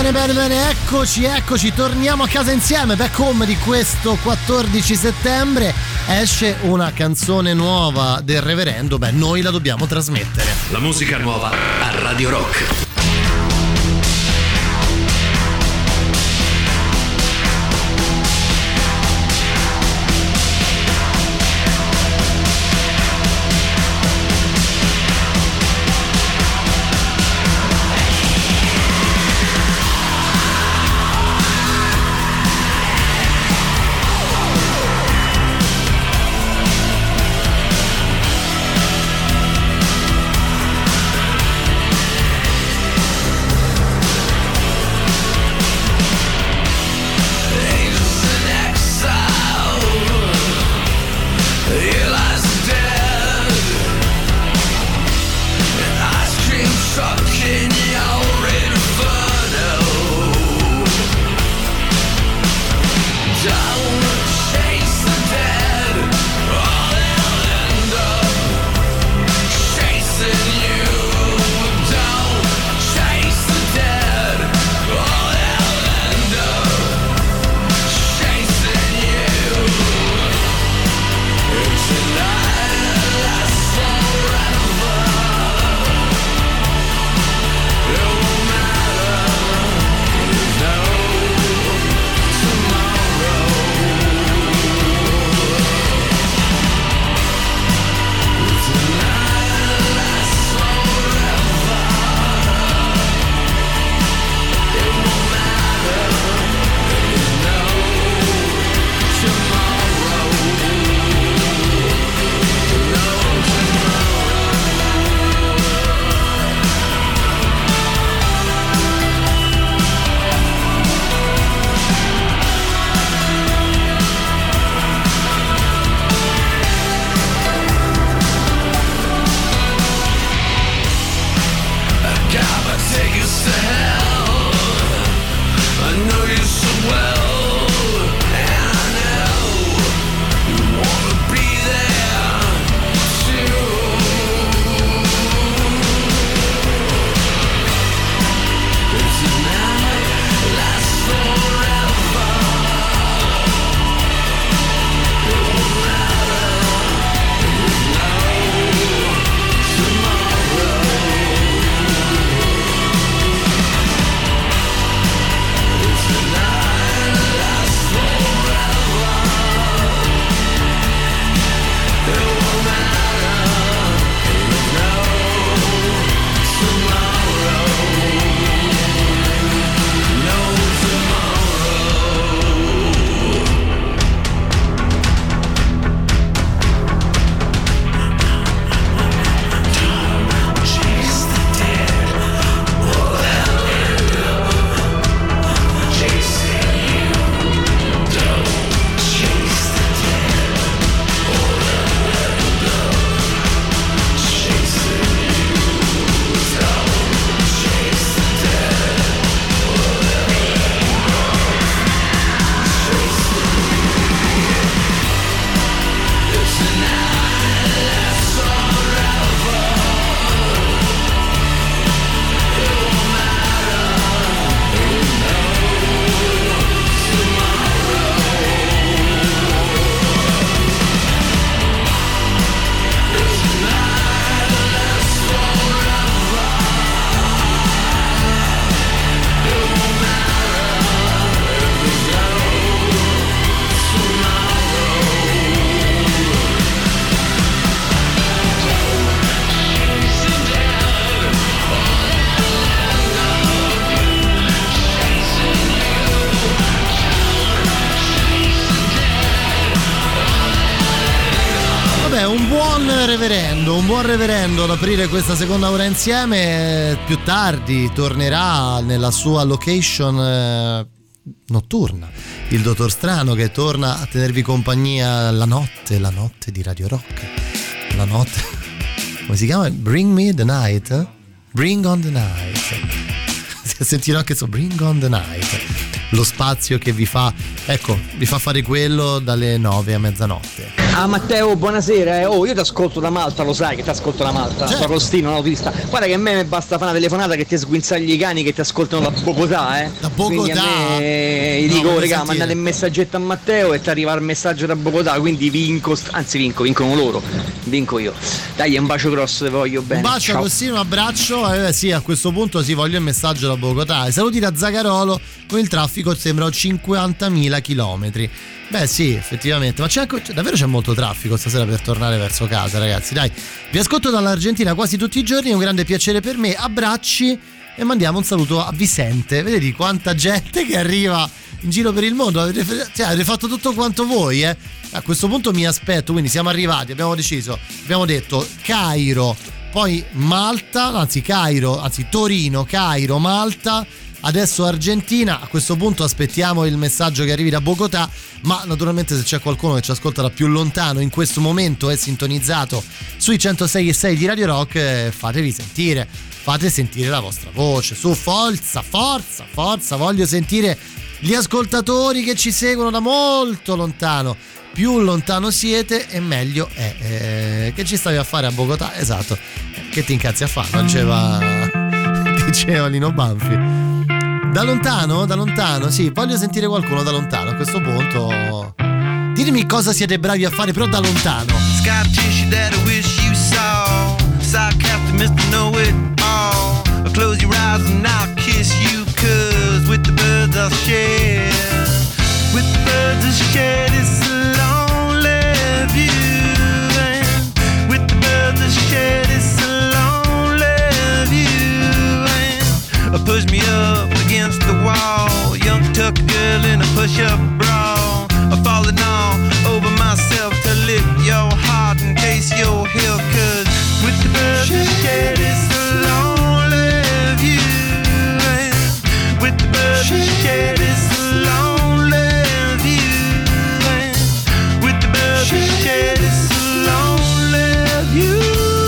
Bene, bene, bene, eccoci, eccoci, torniamo a casa insieme. Back home di questo quattordici settembre. Esce una canzone nuova del Reverendo, beh, noi la dobbiamo trasmettere. La musica nuova a Radio Rock. reverendo, un buon reverendo ad aprire questa seconda ora insieme. Più tardi tornerà nella sua location eh, notturna il Dottor Strano, che torna a tenervi compagnia la notte, la notte di Radio Rock. La notte, come si chiama? Bring me the night? Eh? Bring on the night. Sentirò anche so, Bring on the night. lo spazio che vi fa, ecco, vi fa fare quello dalle nove a mezzanotte. Ah Matteo, buonasera, eh. Oh, io ti ascolto da Malta, lo sai che ti ascolto da Malta, certo. Arrostino, l'autista. Guarda che a me basta fare una telefonata che ti sguinzagli i cani che ti ascoltano da Bogotà, eh. Da Bogotà? Quindi a me gli dico, no, regà, mandate un messaggetto a Matteo e ti arriva il messaggio da Bogotà, quindi vinco, anzi vinco, vincono loro, vinco io. Dai, un bacio grosso, ti voglio bene. Un bacio, così un abbraccio, eh, sì, a questo punto sì, voglio il messaggio da Bogotà. E saluti da Zagarolo, con il traffico sembra cinquantamila chilometri. Beh sì, effettivamente, ma c'è, anche, c'è davvero c'è molto traffico stasera per tornare verso casa, ragazzi. Dai, vi ascolto dall'Argentina quasi tutti i giorni, è un grande piacere per me. Abbracci e mandiamo un saluto a Vicente. Vedete quanta gente che arriva in giro per il mondo, avete, cioè, avete fatto tutto quanto voi, eh? A questo punto mi aspetto, quindi siamo arrivati, abbiamo deciso, abbiamo detto Cairo, poi Malta, anzi Cairo, anzi Torino, Cairo, Malta, adesso Argentina. A questo punto aspettiamo il messaggio che arrivi da Bogotà, ma naturalmente se c'è qualcuno che ci ascolta da più lontano in questo momento è sintonizzato sui centosei e sei di Radio Rock, eh, fatevi sentire, fate sentire la vostra voce, su, forza, forza, forza, voglio sentire gli ascoltatori che ci seguono da molto lontano. Più lontano siete e meglio è. Eh, che ci stavi a fare a Bogotà? Esatto, che ti incazzi a fare, diceva, diceva Lino Banfi. Da lontano, da lontano, sì, voglio sentire qualcuno da lontano. A questo punto ditemi cosa siete bravi a fare, però da lontano. Scar tissue that I wish you saw. Sarcastic Mister Know-It-All. Close your eyes and I'll kiss you, cause with the birds I'll share. With the birds I'll share this lonely view. And with the birds I'll share this lonely view. And push me up against the wall. Young tuck girl in a push-up bra. I'm falling all over myself to lift your heart and taste your heel. Cause with the birds I share this lonely view. And with the birds I share this lonely view. And with the birds I share this lonely view.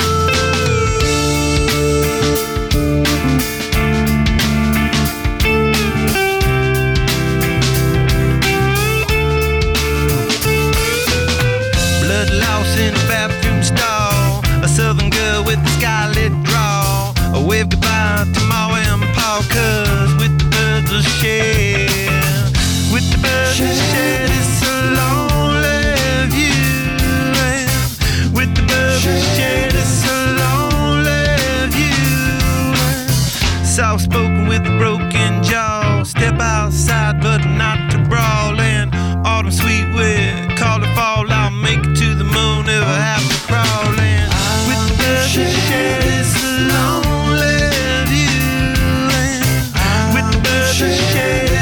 In a bathroom stall, a southern girl with a scarlet draw. I wave goodbye to Mama and Pa, cause with the birds I'll share. With the birds I'll share this lonely view. And with the birds I'll share this lonely view. Soft spoken with a broken jaw. Step outside but not to brawl. And autumn sweet with call it fall. I'll make it to the moon if I have to crawl in. With the birds I share this lonely view. And with the birds I share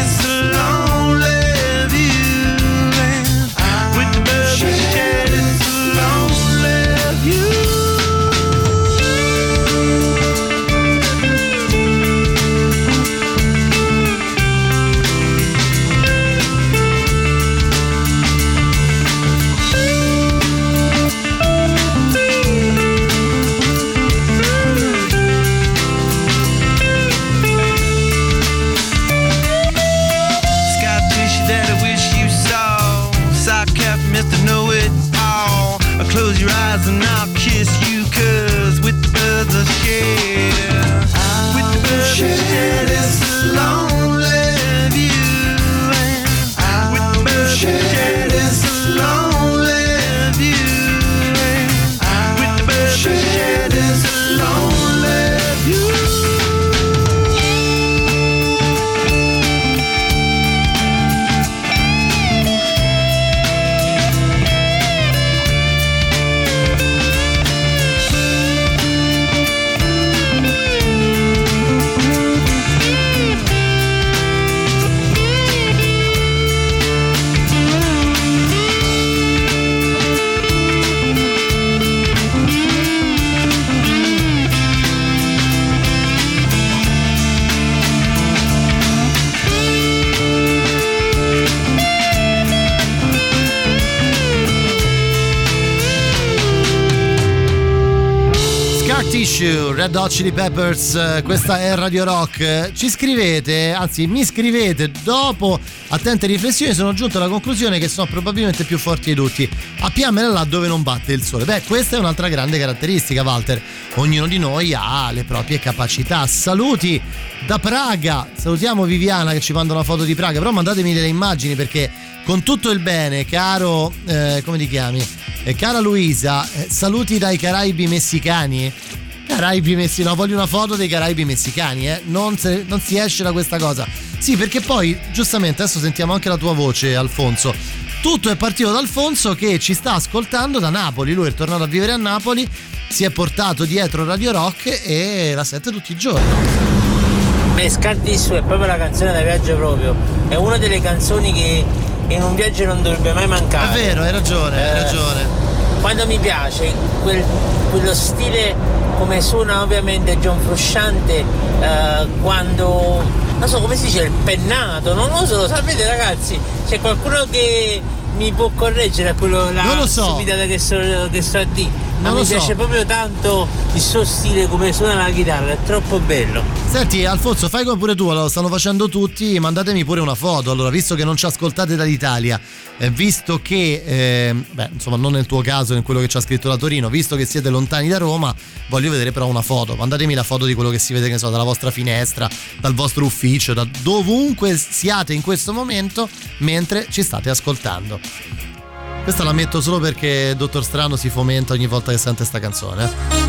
Scar Tissue, Red Hot Chili Peppers, questa è Radio Rock. Ci scrivete, anzi mi scrivete, dopo attente riflessioni sono giunto alla conclusione che sono probabilmente più forti di tutti. Appiammela là dove non batte il sole. Beh, questa è un'altra grande caratteristica, Walter. Ognuno di noi ha le proprie capacità. Saluti da Praga, salutiamo Viviana che ci manda una foto di Praga, però mandatemi delle immagini perché con tutto il bene, caro, eh, come ti chiami? Eh, cara Luisa, eh, saluti dai Caraibi messicani. Caraibi messicani, no, voglio una foto dei Caraibi messicani, eh. Non, se, non si esce da questa cosa. Sì, perché poi, giustamente, adesso sentiamo anche la tua voce, Alfonso. Tutto è partito da Alfonso che ci sta ascoltando da Napoli. Lui è tornato a vivere a Napoli, si è portato dietro Radio Rock e la sente tutti i giorni. Beh, Scar Tissue è proprio la canzone da viaggio proprio. È una delle canzoni che in un viaggio non dovrebbe mai mancare. È vero, hai ragione, hai ragione. Eh, quando mi piace quel, quello stile come suona ovviamente John Frusciante, eh, quando non so come si dice, il pennato, non lo so, lo sapete ragazzi, c'è qualcuno che mi può correggere a quello la non lo so. stupidata che sto, che sto a dire. Ma non mi lo piace so. proprio tanto il suo stile, come suona la chitarra, è troppo bello. Senti Alfonso, fai come pure tu, allora, lo stanno facendo tutti, mandatemi pure una foto, allora, visto che non ci ascoltate dall'Italia, eh, visto che, eh, beh, insomma non nel tuo caso, in quello che ci ha scritto da Torino, visto che siete lontani da Roma, voglio vedere però una foto, mandatemi la foto di quello che si vede, che ne so, dalla vostra finestra, dal vostro ufficio, da dovunque siate in questo momento, mentre ci state ascoltando. Questa la metto solo perché Dottor Strano si fomenta ogni volta che sente sta canzone.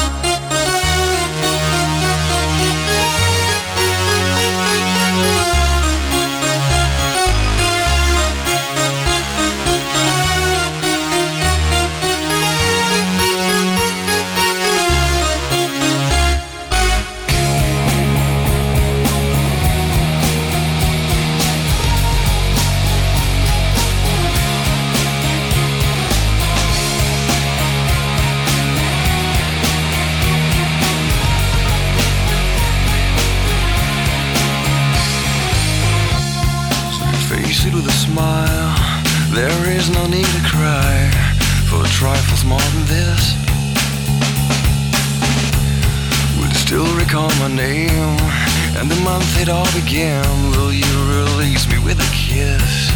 There is no need to cry for trifles more than this. Will you still recall my name and the month it all began? Will you release me with a kiss?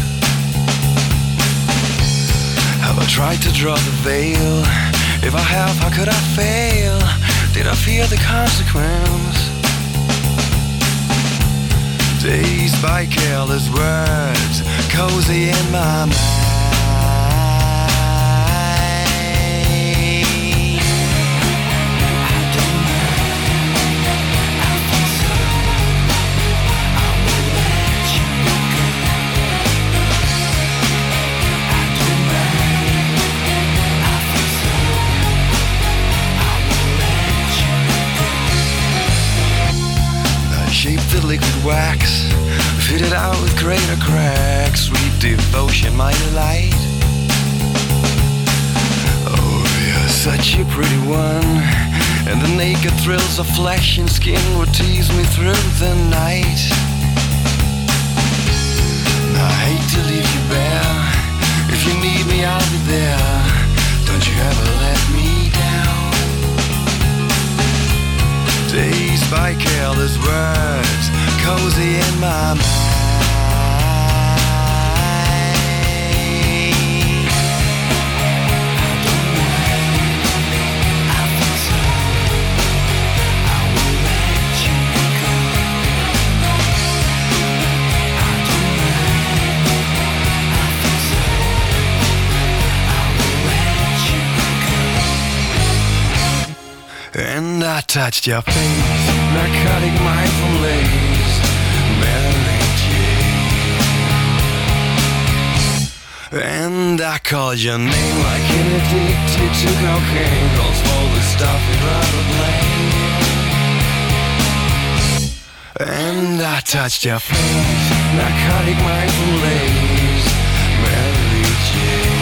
Have I tried to draw the veil? If I have, how could I fail? Did I fear the consequence? Dazed by careless words, cozy in my mind. The liquid wax, fitted out with greater cracks, sweet devotion, my delight. Oh, you're such a pretty one, and the naked thrills of flesh and skin would tease me through the night. I hate to leave you bare, if you need me I'll be there, don't you ever let me down. Dazed by careless words, cozy in my mind. And I touched your face, narcotic mindful lace, Mary Jane. And I called your name like an addicted to cocaine, calls for the stuff you'd rather blame. And I touched your face, narcotic mindful lace, Mary Jane.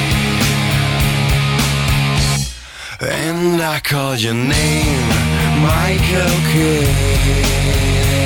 And I called your name, Michael Kidd.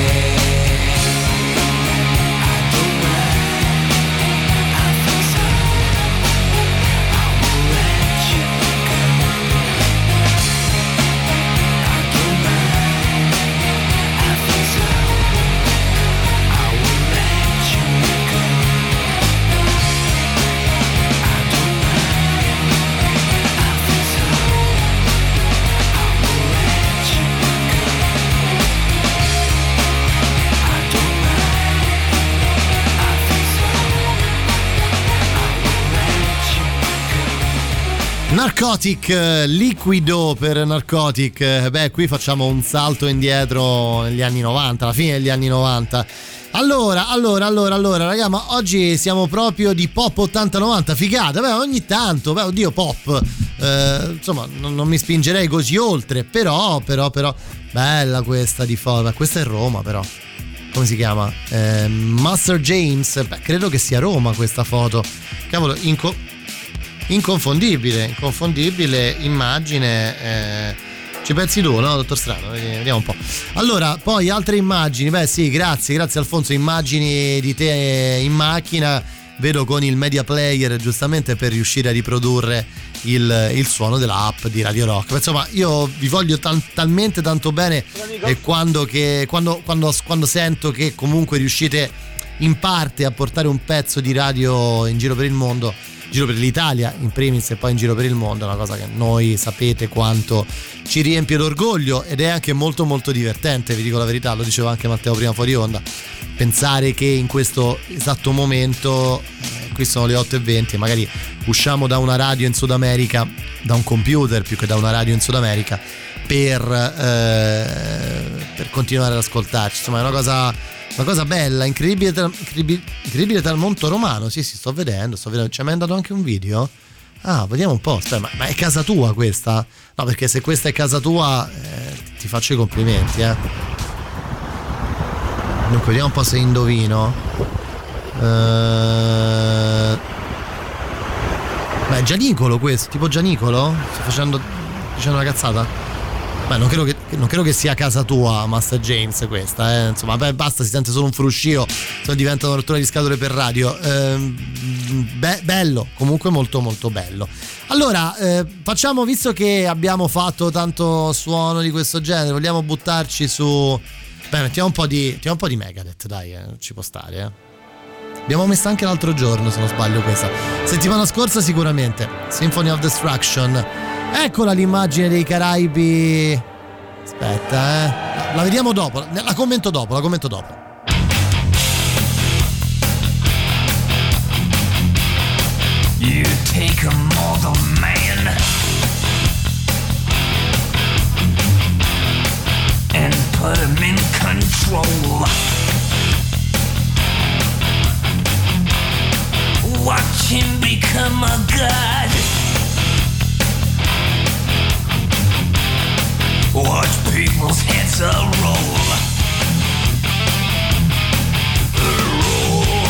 Narcotic, liquido per Narcotic. Beh, qui facciamo un salto indietro negli anni novanta, alla fine degli anni novanta. Allora, allora, allora, allora, raga, ma oggi siamo proprio di pop ottanta novanta, figata, beh, ogni tanto, beh, oddio, pop, eh, insomma, non, non mi spingerei così oltre, però, però, però, bella questa di foto, questa è Roma, però, come si chiama? Eh, Master James, beh, credo che sia Roma questa foto, cavolo, inco- inconfondibile, inconfondibile immagine, eh, ci pensi tu, no, dottor Strano? Vediamo un po'. Allora, poi altre immagini. Beh, sì, grazie, grazie Alfonso. Immagini di te in macchina. Vedo con il media player, giustamente per riuscire a riprodurre il, il suono dell'app di Radio Rock. Insomma, io vi voglio tal, talmente tanto bene. E quando, che, quando, quando, quando sento che comunque riuscite in parte a portare un pezzo di radio in giro per il mondo, in giro per l'Italia in primis e poi in giro per il mondo, è una cosa che noi sapete quanto ci riempie d'orgoglio ed è anche molto molto divertente, vi dico la verità, lo diceva anche Matteo prima fuori onda, pensare che in questo esatto momento, eh, qui sono le otto e venti e magari usciamo da una radio in Sud America, da un computer più che da una radio in Sud America, per, eh, per continuare ad ascoltarci, insomma è una cosa Una cosa bella, incredibile, tra, incredibile, incredibile tramonto romano. Sì, sì, sto vedendo, sto vedendo. Ci hai mandato anche un video? Ah, vediamo un po'. Aspetta, ma, ma è casa tua questa? No, perché se questa è casa tua, eh, ti faccio i complimenti, eh. Dunque, vediamo un po' se indovino. Uh... Beh, Gianicolo questo, tipo Gianicolo? Sto facendo, facendo una cazzata? Beh, non credo che, non credo che sia casa tua, Master James, questa, eh. Insomma, beh, basta, si sente solo un fruscio, se no diventa una rottura di scatole per radio. Eh, be- bello, comunque molto molto bello. Allora, eh, facciamo, visto che abbiamo fatto tanto suono di questo genere, vogliamo buttarci su... Beh, mettiamo un po' di, mettiamo un po' di Megadeth, dai, eh, ci può stare, eh. Abbiamo messo anche l'altro giorno, se non sbaglio, questa. Settimana scorsa sicuramente, Symphony of Destruction. Eccola l'immagine dei Caraibi. Aspetta, eh. La vediamo dopo. La commento dopo, la commento dopo. You take a mortal man and put him in control. Watch him become a god. Watch people's heads a roll. Roll.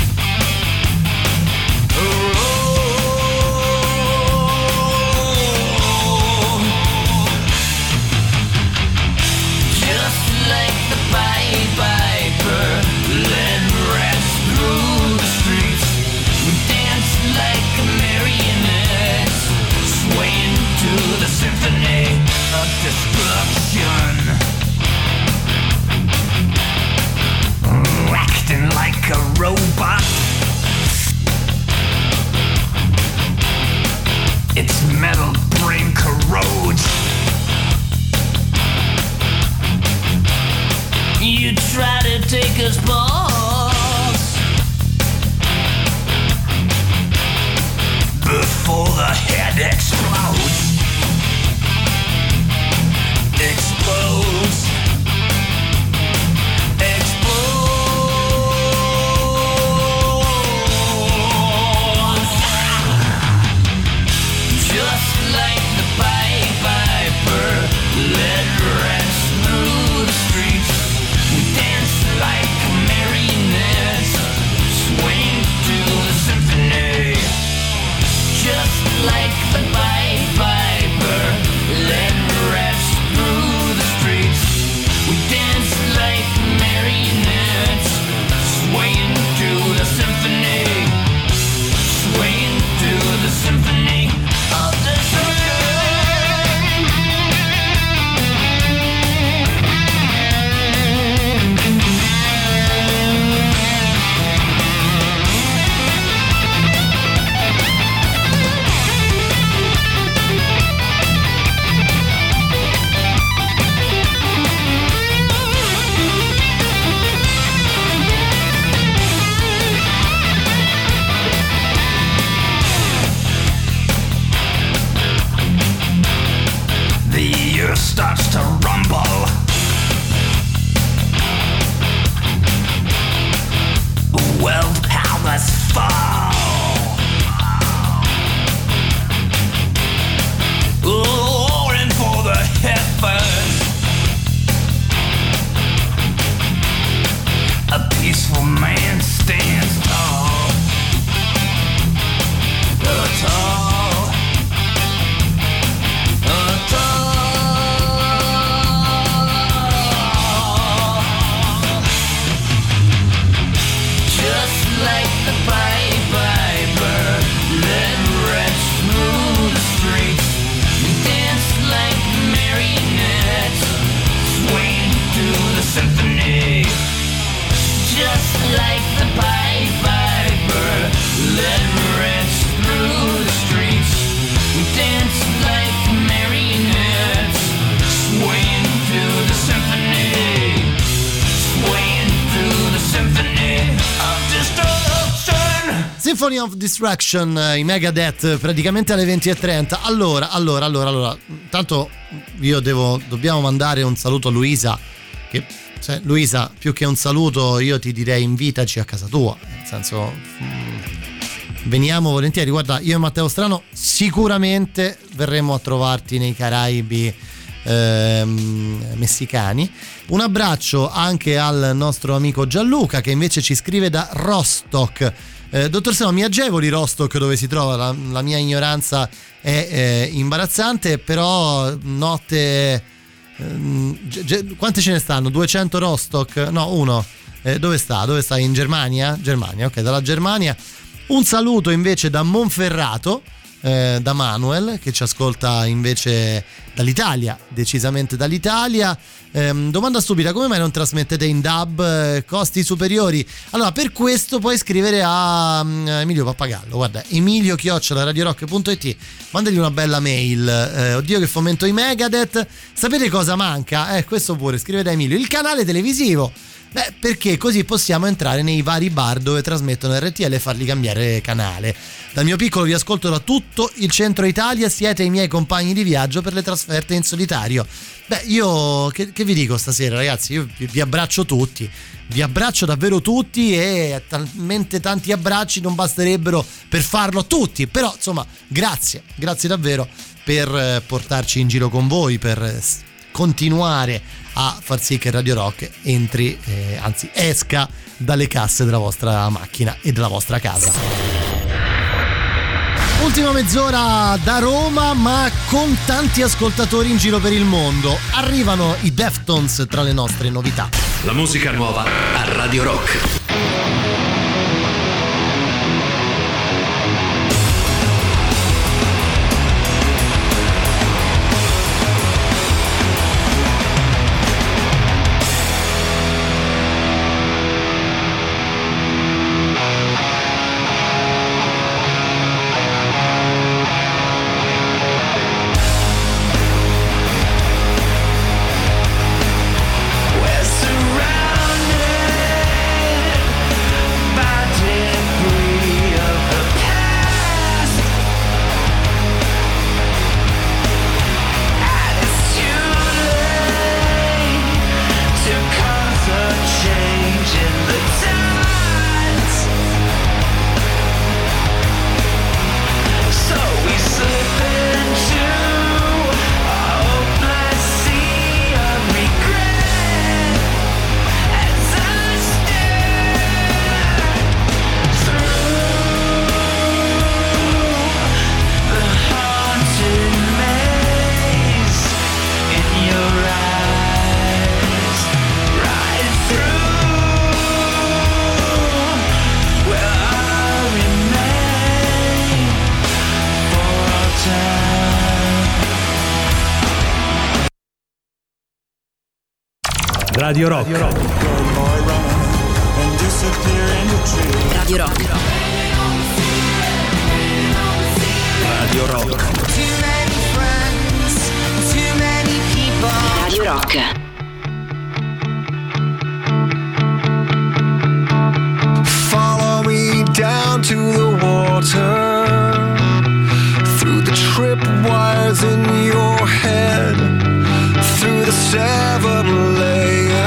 Roll. Just like the Pied Piper led rats through the streets, we dance like a marionette, swaying to the symphony of destruction. Symphony of Destruction, i Megadeth, praticamente alle venti e trenta. Allora, allora, allora, allora, tanto io devo, dobbiamo mandare un saluto a Luisa, che cioè, Luisa, più che un saluto io ti direi invitaci a casa tua, nel senso mh, veniamo volentieri. Guarda, io e Matteo Strano sicuramente verremo a trovarti nei Caraibi ehm, messicani. Un abbraccio anche al nostro amico Gianluca, che invece ci scrive da Rostock. Eh, dottor Seno, mi agevoli Rostock dove si trova? La, la mia ignoranza è eh, imbarazzante, però notte ehm, ge, ge, quante ce ne stanno? duecento Rostock? No, uno. Eh, dove sta? Dove sta? In Germania? Germania, ok, dalla Germania. Un saluto invece da Monferrato, eh, da Manuel, che ci ascolta invece dall'Italia, decisamente dall'Italia. Eh, domanda stupida: come mai non trasmettete in D A B? Eh, costi superiori? Allora, per questo puoi scrivere a um, Emilio Pappagallo, guarda, emilio chiocciola radiorock punto it, mandagli una bella mail. Eh, oddio che fomento i Megadeth. Sapete cosa manca? Eh, questo pure, scrive da Emilio, il canale televisivo. Beh, perché così possiamo entrare nei vari bar dove trasmettono R T L e farli cambiare canale. Dal mio piccolo vi ascolto da tutto il centro Italia, siete i miei compagni di viaggio per le trasferte in solitario. Beh, io che, che vi dico stasera, ragazzi? Io vi, vi abbraccio tutti, vi abbraccio davvero tutti, e talmente tanti abbracci non basterebbero per farlo tutti, però insomma grazie, grazie davvero per portarci in giro con voi, per continuare a far sì che Radio Rock entri, eh, anzi esca dalle casse della vostra macchina e della vostra casa. Ultima mezz'ora da Roma, ma con tanti ascoltatori in giro per il mondo. Arrivano i Deftones tra le nostre novità. La musica nuova a Radio Rock. Radio Rock. Radio Rock. Radio Rock. Radio Rock. Radio Rock. Follow me down to the water, through the tripwires in your head, through the seven layers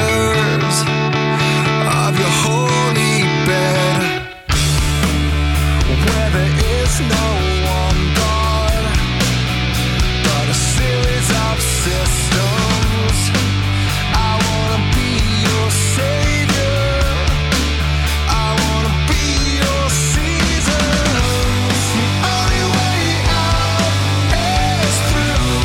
of your holy bed, where there is no one God, but a series of systems. I wanna be your savior, I wanna be your season. The only way out is through.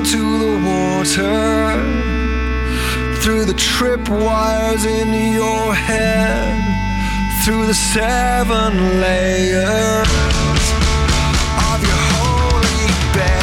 to the water, through the tripwires in your head, through the seven layers of your holy bed.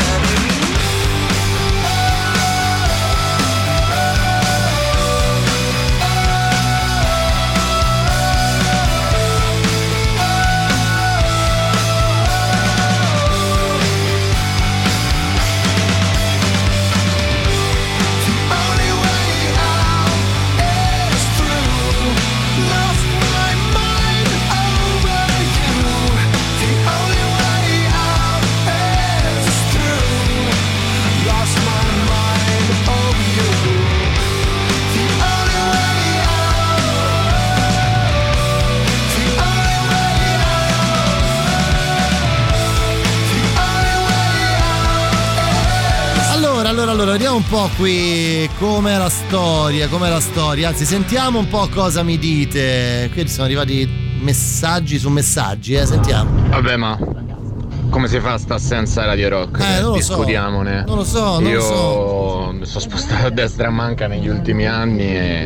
Allora, allora, vediamo un po' qui com'è la storia, com'è la storia. Anzi, sentiamo un po' cosa mi dite. Qui sono arrivati messaggi su messaggi, eh, sentiamo. Vabbè, ma come si fa a sta senza Radio Rock? Eh, non lo so. Discutiamone. Non lo so, non Io lo so. mi sono spostato a destra a manca negli ultimi anni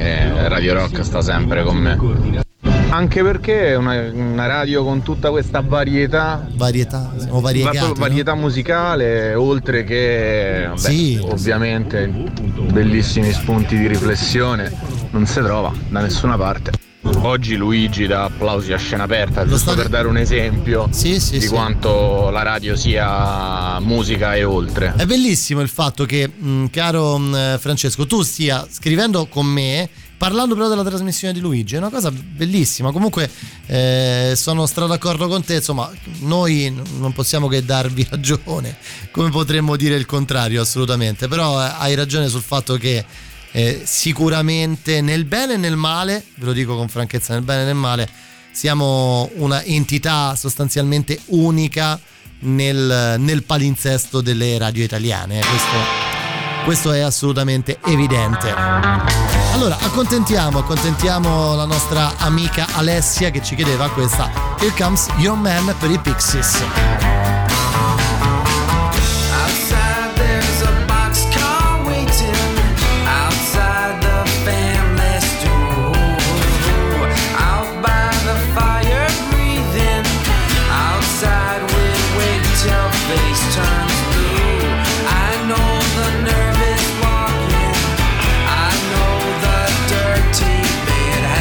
e Radio Rock sta sempre con me. Anche perché è una, una radio con tutta questa varietà varietà o variegati, va- varietà no? musicale, oltre che vabbè, sì, ovviamente bellissimi spunti di riflessione, non si trova da nessuna parte. Oggi Luigi dà applausi a scena aperta, Lo giusto state... per dare un esempio sì, sì, di sì. quanto la radio sia musica e oltre. È bellissimo il fatto che, mh, caro mh, Francesco, tu stia scrivendo con me parlando però della trasmissione di Luigi, è una cosa bellissima. Comunque eh, sono stra d'accordo con te, insomma noi non possiamo che darvi ragione, come potremmo dire il contrario, assolutamente, però eh, hai ragione sul fatto che eh, sicuramente nel bene e nel male, ve lo dico con franchezza, nel bene e nel male siamo una entità sostanzialmente unica nel, nel palinsesto delle radio italiane, eh, questo Questo è assolutamente evidente. Allora, accontentiamo, accontentiamo la nostra amica Alessia che ci chiedeva questa Here Comes Your Man per i Pixies.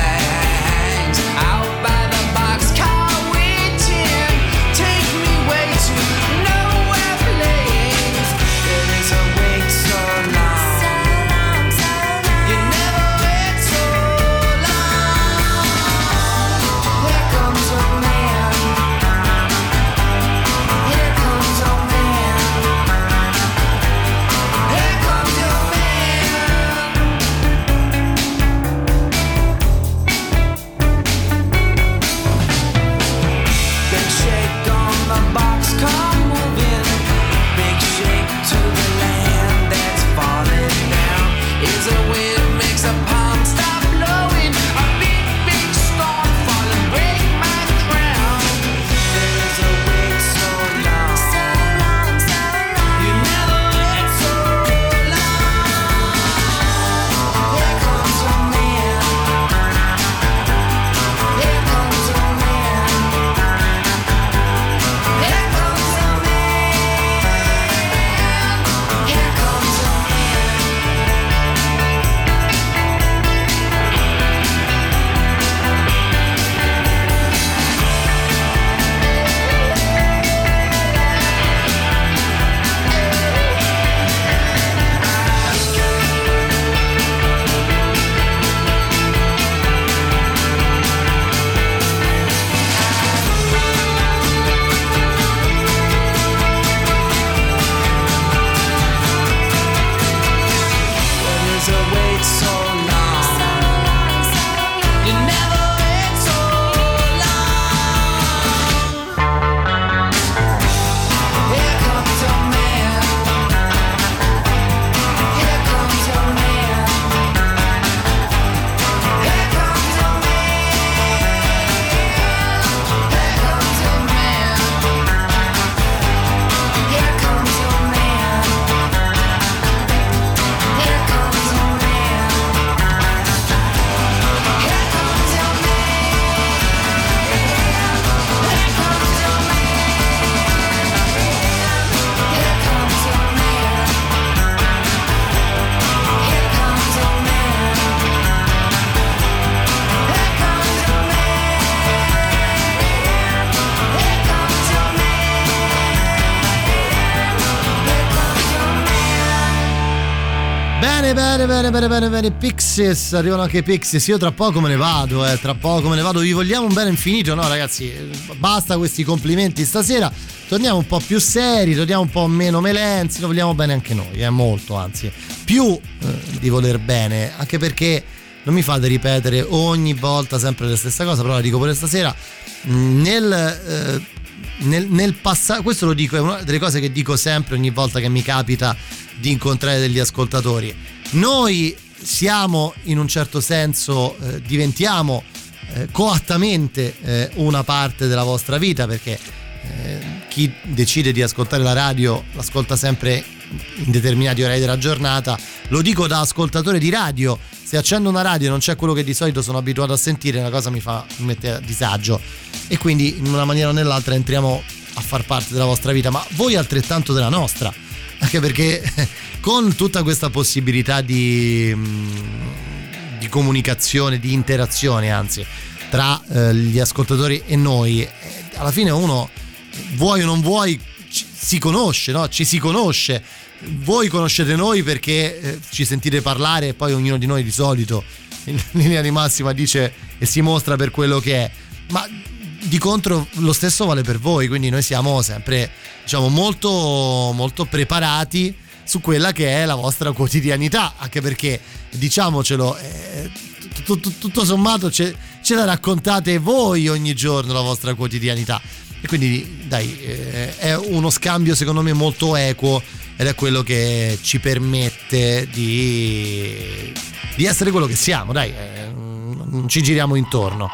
Out by the boxcar waiting, take me where Bene, bene, bene, bene, bene, bene, Pixies, arrivano anche i Pixies, io tra poco me ne vado, eh, tra poco me ne vado, vi vogliamo un bene infinito, no ragazzi, basta questi complimenti stasera, torniamo un po' più seri, torniamo un po' meno melenzi, lo vogliamo bene anche noi, eh, molto anzi, più eh, di voler bene, anche perché non mi fate ripetere ogni volta sempre la stessa cosa, però la dico pure stasera, nel... Eh, Nel, nel passato, questo lo dico, è una delle cose che dico sempre ogni volta che mi capita di incontrare degli ascoltatori. Noi siamo in un certo senso, eh, diventiamo eh, coattamente eh, una parte della vostra vita, perché eh, chi decide di ascoltare la radio l'ascolta sempre in determinati orari della giornata. Lo dico da ascoltatore di radio, se accendo una radio e non c'è quello che di solito sono abituato a sentire, una cosa mi fa mi mette a disagio, e quindi in una maniera o nell'altra entriamo a far parte della vostra vita, ma voi altrettanto della nostra, anche perché con tutta questa possibilità di, di comunicazione, di interazione anzi tra eh, gli ascoltatori e noi, eh, alla fine uno, vuoi o non vuoi, ci, si conosce, no? Ci si conosce. Voi conoscete noi perché eh, ci sentite parlare, e poi ognuno di noi di solito in linea di massima dice e si mostra per quello che è, ma di contro lo stesso vale per voi, quindi noi siamo sempre, diciamo, molto molto preparati su quella che è la vostra quotidianità, anche perché, diciamocelo, eh, tutto, tutto sommato ce, ce la raccontate voi ogni giorno la vostra quotidianità, e quindi dai, eh, è uno scambio secondo me molto equo, ed è quello che ci permette di, di essere quello che siamo, dai, eh, non ci giriamo intorno.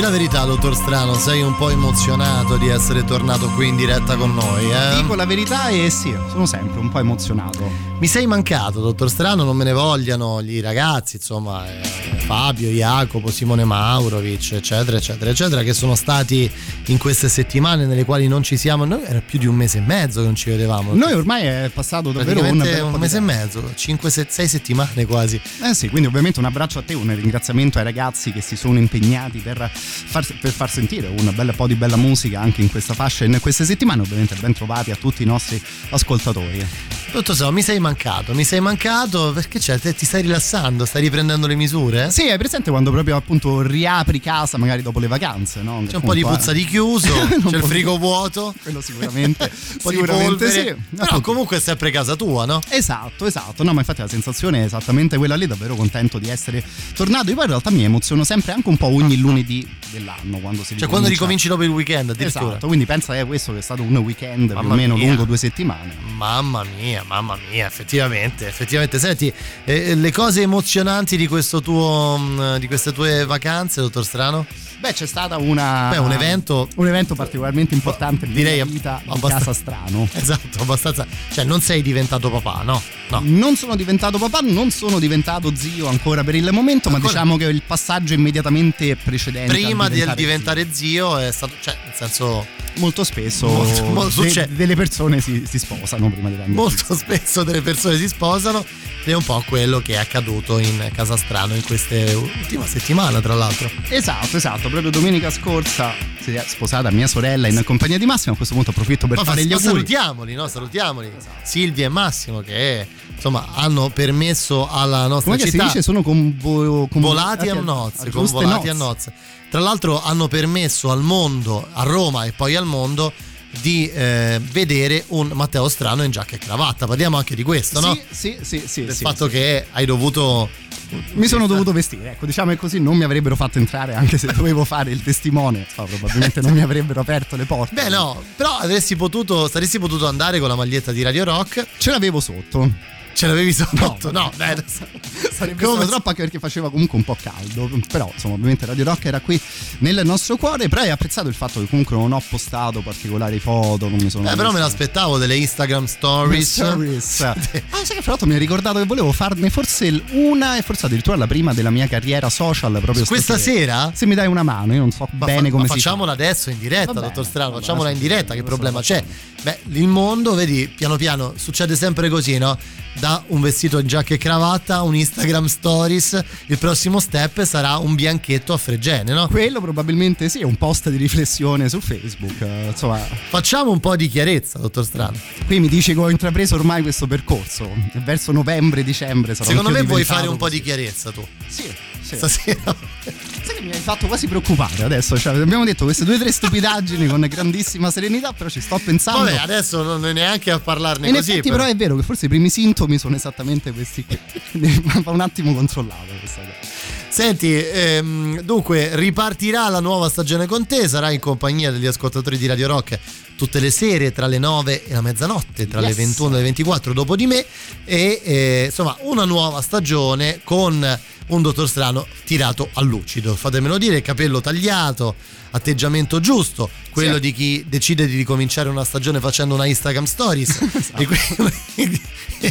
la verità, dottor Strano, sei un po' emozionato di essere tornato qui in diretta con noi, eh? Dico la verità e sì, sono sempre un po' emozionato. Mi sei mancato, dottor Strano, non me ne vogliano gli ragazzi, insomma, eh, Fabio, Jacopo, Simone Maurovic, eccetera, eccetera, eccetera, che sono stati in queste settimane nelle quali non ci siamo. Noi era più di un mese e mezzo che non ci vedevamo. Noi ormai è passato davvero un, un mese e mezzo, cinque sei settimane quasi. Eh sì, quindi ovviamente un abbraccio a te, un ringraziamento ai ragazzi che si sono impegnati per far, per far sentire un bel po' di bella musica anche in questa fascia in queste settimane. Ovviamente ben trovati a tutti i nostri ascoltatori. Dottor Strano, mi sei mancato, mi sei mancato perché c'è, te ti stai rilassando, stai riprendendo le misure? Sì, hai presente quando proprio appunto riapri casa magari dopo le vacanze, no? C'è un po' di puzza di chiuso, c'è il frigo vuoto, quello sicuramente, un po' sicuramente di polvere, sì. Però comunque è sempre casa tua, no? Esatto, esatto, no, ma infatti la sensazione è esattamente quella lì, davvero contento di essere tornato. Io poi in realtà mi emoziono sempre anche un po' ogni lunedì dell'anno quando si Cioè quando ricominci dopo il weekend addirittura. Esatto, quindi pensa che questo che è stato un weekend mamma più o meno mia. lungo due settimane. Mamma mia, mamma mia, effettivamente, effettivamente. Senti, eh, le cose emozionanti di questo tuo di queste tue vacanze, dottor Strano? Beh, c'è stata una Beh, un evento un evento particolarmente importante, direi nella vita abbastanza, di Casa Strano. Esatto, abbastanza, cioè non sei diventato papà, no? No. Non sono diventato papà, non sono diventato zio ancora per il momento, ancora? Ma diciamo che il passaggio immediatamente precedente prima di diventare, diventare zio. zio è stato, cioè nel senso molto spesso molto, molto, de, delle persone si, si sposano prima di rendere molto zio. Spesso delle persone si sposano ed è un po' quello che è accaduto in Casa Strano in queste ultime settimane, tra l'altro. Esatto, esatto, proprio domenica scorsa si è sposata mia sorella in compagnia di Massimo. A questo punto approfitto per ma fare fa, gli auguri. Salutiamoli, no? Salutiamoli esatto. Silvia e Massimo che insomma hanno permesso alla nostra come città. Come si dice, sono convo, convo, volati a nozze, convolati a nozze. Tra l'altro hanno permesso al mondo, a Roma e poi al mondo, di eh, vedere un Matteo Strano in giacca e cravatta. Parliamo anche di questo, sì, no? Sì, sì, sì. Del sì, fatto sì. che hai dovuto mi sono dovuto vestire, ecco, diciamo che così non mi avrebbero fatto entrare anche se dovevo fare il testimone, so, probabilmente non mi avrebbero aperto le porte. Beh no, però avresti potuto, saresti potuto andare con la maglietta di Radio Rock. Ce l'avevo sotto. Ce l'avevi sotto? No, no, beh, sarebbe come... stato troppo anche perché faceva comunque un po' caldo. Però insomma ovviamente Radio Rock era qui nel nostro cuore. Però hai apprezzato il fatto che comunque non ho postato particolari foto, non mi sono eh, però me l'aspettavo delle Instagram stories, stories. Ah, sai che fra l'altro mi ha ricordato che volevo farne forse una e forse addirittura la prima della mia carriera social proprio questa stasera. sera? Se mi dai una mano, io non so ma bene fa, come ma si facciamola fa. adesso in diretta, Vabbè, dottor Strano, vabbè, facciamola in diretta, che problema c'è? Beh, il mondo, vedi, piano piano succede sempre così, no? Da un vestito in giacca e cravatta, un Instagram stories, il prossimo step sarà un bianchetto a Fregene, no? Quello probabilmente sì, un post di riflessione su Facebook, insomma. Facciamo un po' di chiarezza, dottor Strano. Qui mi dici che ho intrapreso ormai questo percorso, verso novembre, dicembre sarò. Secondo me vuoi fare un po' di chiarezza tu. Sì, sì. Stasera. Sai che mi hai fatto quasi preoccupare adesso, cioè, abbiamo detto queste due o tre stupidaggini con grandissima serenità, però ci sto pensando. Vabbè, adesso non è neanche a parlarne in così. Effetti, però. però è vero che forse i primi sintomi sono esattamente questi qui. Quindi va un attimo controllato questa cosa. Senti, ehm, dunque ripartirà la nuova stagione con te, sarai in compagnia degli ascoltatori di Radio Rock tutte le sere tra le nove e la mezzanotte, tra yes. le ventuno e le ventiquattro dopo di me e eh, insomma una nuova stagione con un dottor Strano tirato a lucido, fatemelo dire, capello tagliato, atteggiamento giusto, quello sì. di chi decide di ricominciare una stagione facendo una Instagram stories esatto. e, quindi,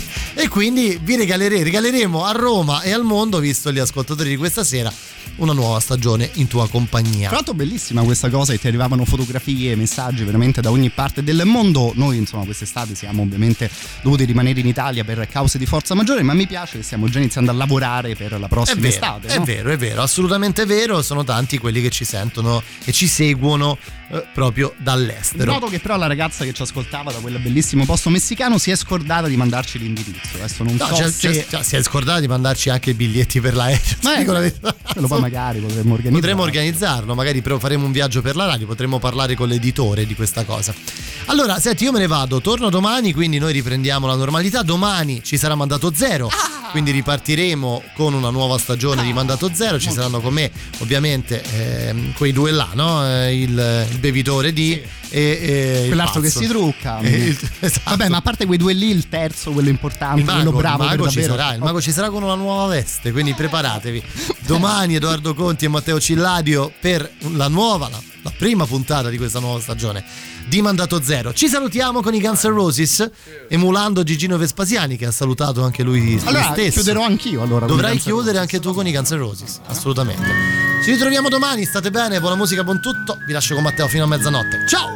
e quindi vi regaleremo, regaleremo a Roma e al mondo, visto gli ascoltatori di questa sera, una nuova stagione in tua compagnia. Tra l'altro bellissima questa cosa, che ti arrivavano fotografie, messaggi veramente da ogni parte del mondo. Noi insomma quest'estate siamo ovviamente dovuti rimanere in Italia per cause di forza maggiore, ma mi piace che stiamo già iniziando a lavorare per la prossima è vero, estate. È no? vero, è vero, assolutamente vero, sono tanti quelli che ci sentono e ci seguono eh, proprio dall'estero. Noto che però la ragazza che ci ascoltava da quel bellissimo posto messicano si è scordata di mandarci l'indirizzo. Adesso non no, so c'è, se c'è, si è scordata di mandarci anche i biglietti per l'aereo. Ma è quello poi magari potremmo organizzarlo. Potremmo organizzarlo, magari faremo un viaggio per la radio, potremmo parlare con l'editore di questa cosa. Allora, senti, io me ne vado, torno domani, quindi noi riprendiamo la normalità. Domani ci sarà Mandato Zero. Ah! quindi ripartiremo con una nuova stagione di Mandato Zero. Ci saranno con me ovviamente eh, quei due là, no? Eh, il, il bevitore di sì. e, e quell'altro che si trucca. Il, esatto. Vabbè, ma a parte quei due lì, il terzo, quello importante, il mago, quello bravo, il mago per ci davvero. sarà, il mago ci sarà con una nuova veste, quindi preparatevi. Domani Edoardo Conti e Matteo Cilladio per la nuova, la, la prima puntata di questa nuova stagione di Mandato Zero. Ci salutiamo con i Guns N' Roses, emulando Gigino Vespasiani, che ha salutato anche lui, allora, lui stesso. Chiuderò anch'io allora. Dovrai chiudere anche tu con i Guns N' Roses, assolutamente. Ci ritroviamo domani, state bene, buona musica, buon tutto. Vi lascio con Matteo fino a mezzanotte. Ciao!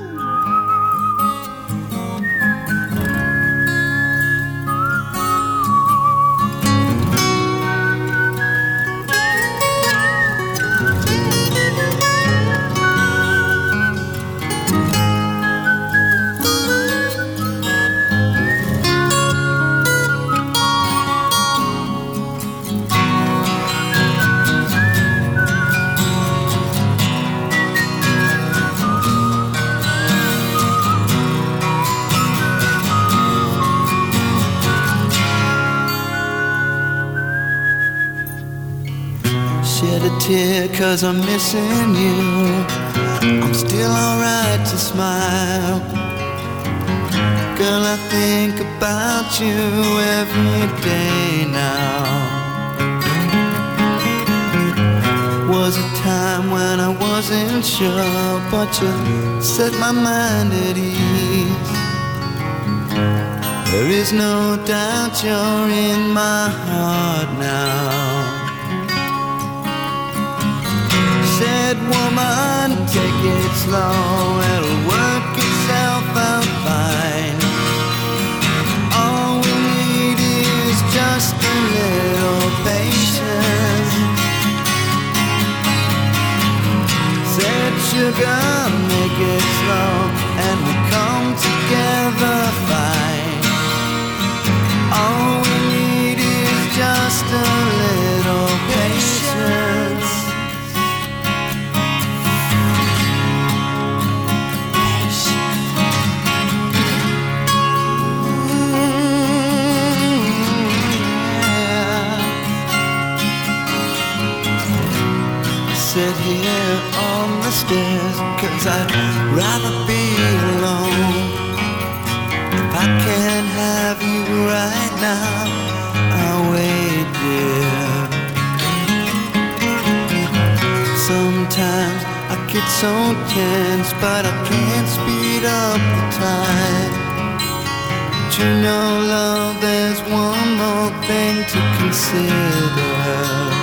Tear 'cause I'm missing you. I'm still alright to smile. Girl, I think about you every day now. Was a time when I wasn't sure, but you set my mind at ease. There is no doubt you're in my heart now. Said woman, take it slow, it'll work itself out fine. All we need is just a little patience. Said sugar, make it slow, and we'll come together fine. All we need is just a little patience. Sit here on the stairs, 'cause I'd rather be alone. If I can't have you right now, I'll wait, dear. Sometimes I get so tense, but I can't speed up the time. But you know, love, there's one more thing to consider.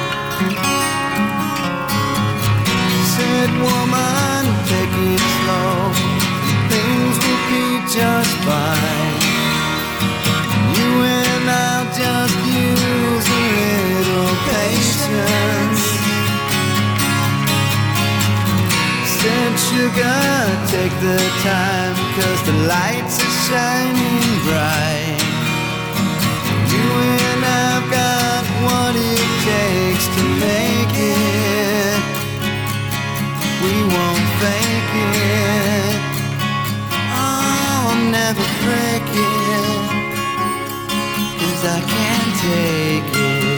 Said woman, take it slow, things will be just fine. You and I'll just use a little patience. Said sugar, take the time, 'cause the lights are shining bright. You and I've got what it takes to make it. We won't fake it. Oh, I'll never break it, 'cause I can't take it.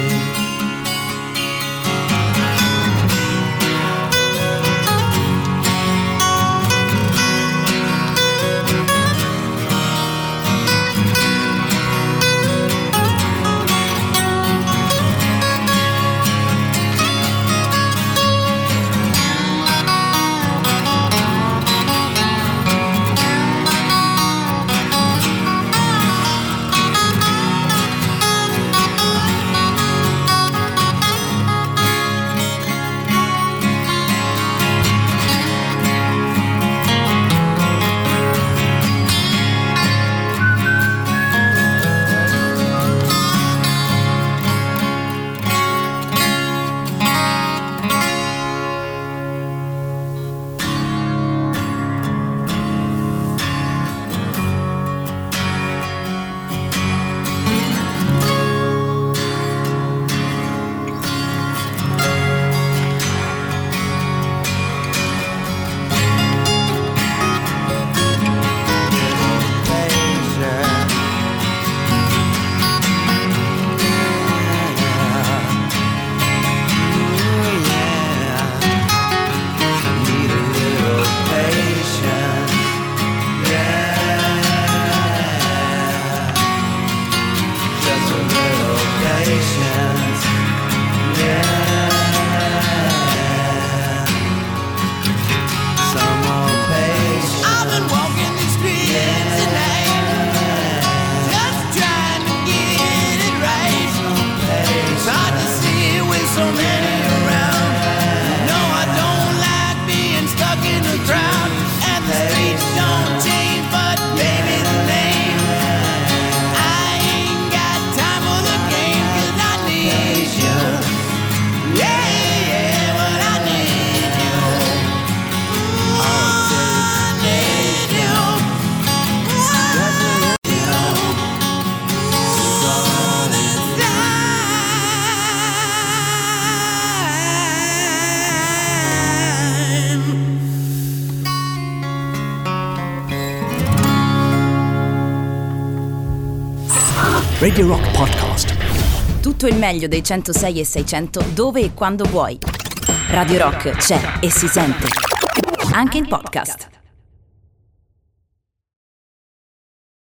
Radio Rock Podcast. Tutto il meglio dei centosei e seicento dove e quando vuoi. Radio Rock c'è e si sente. Anche in podcast.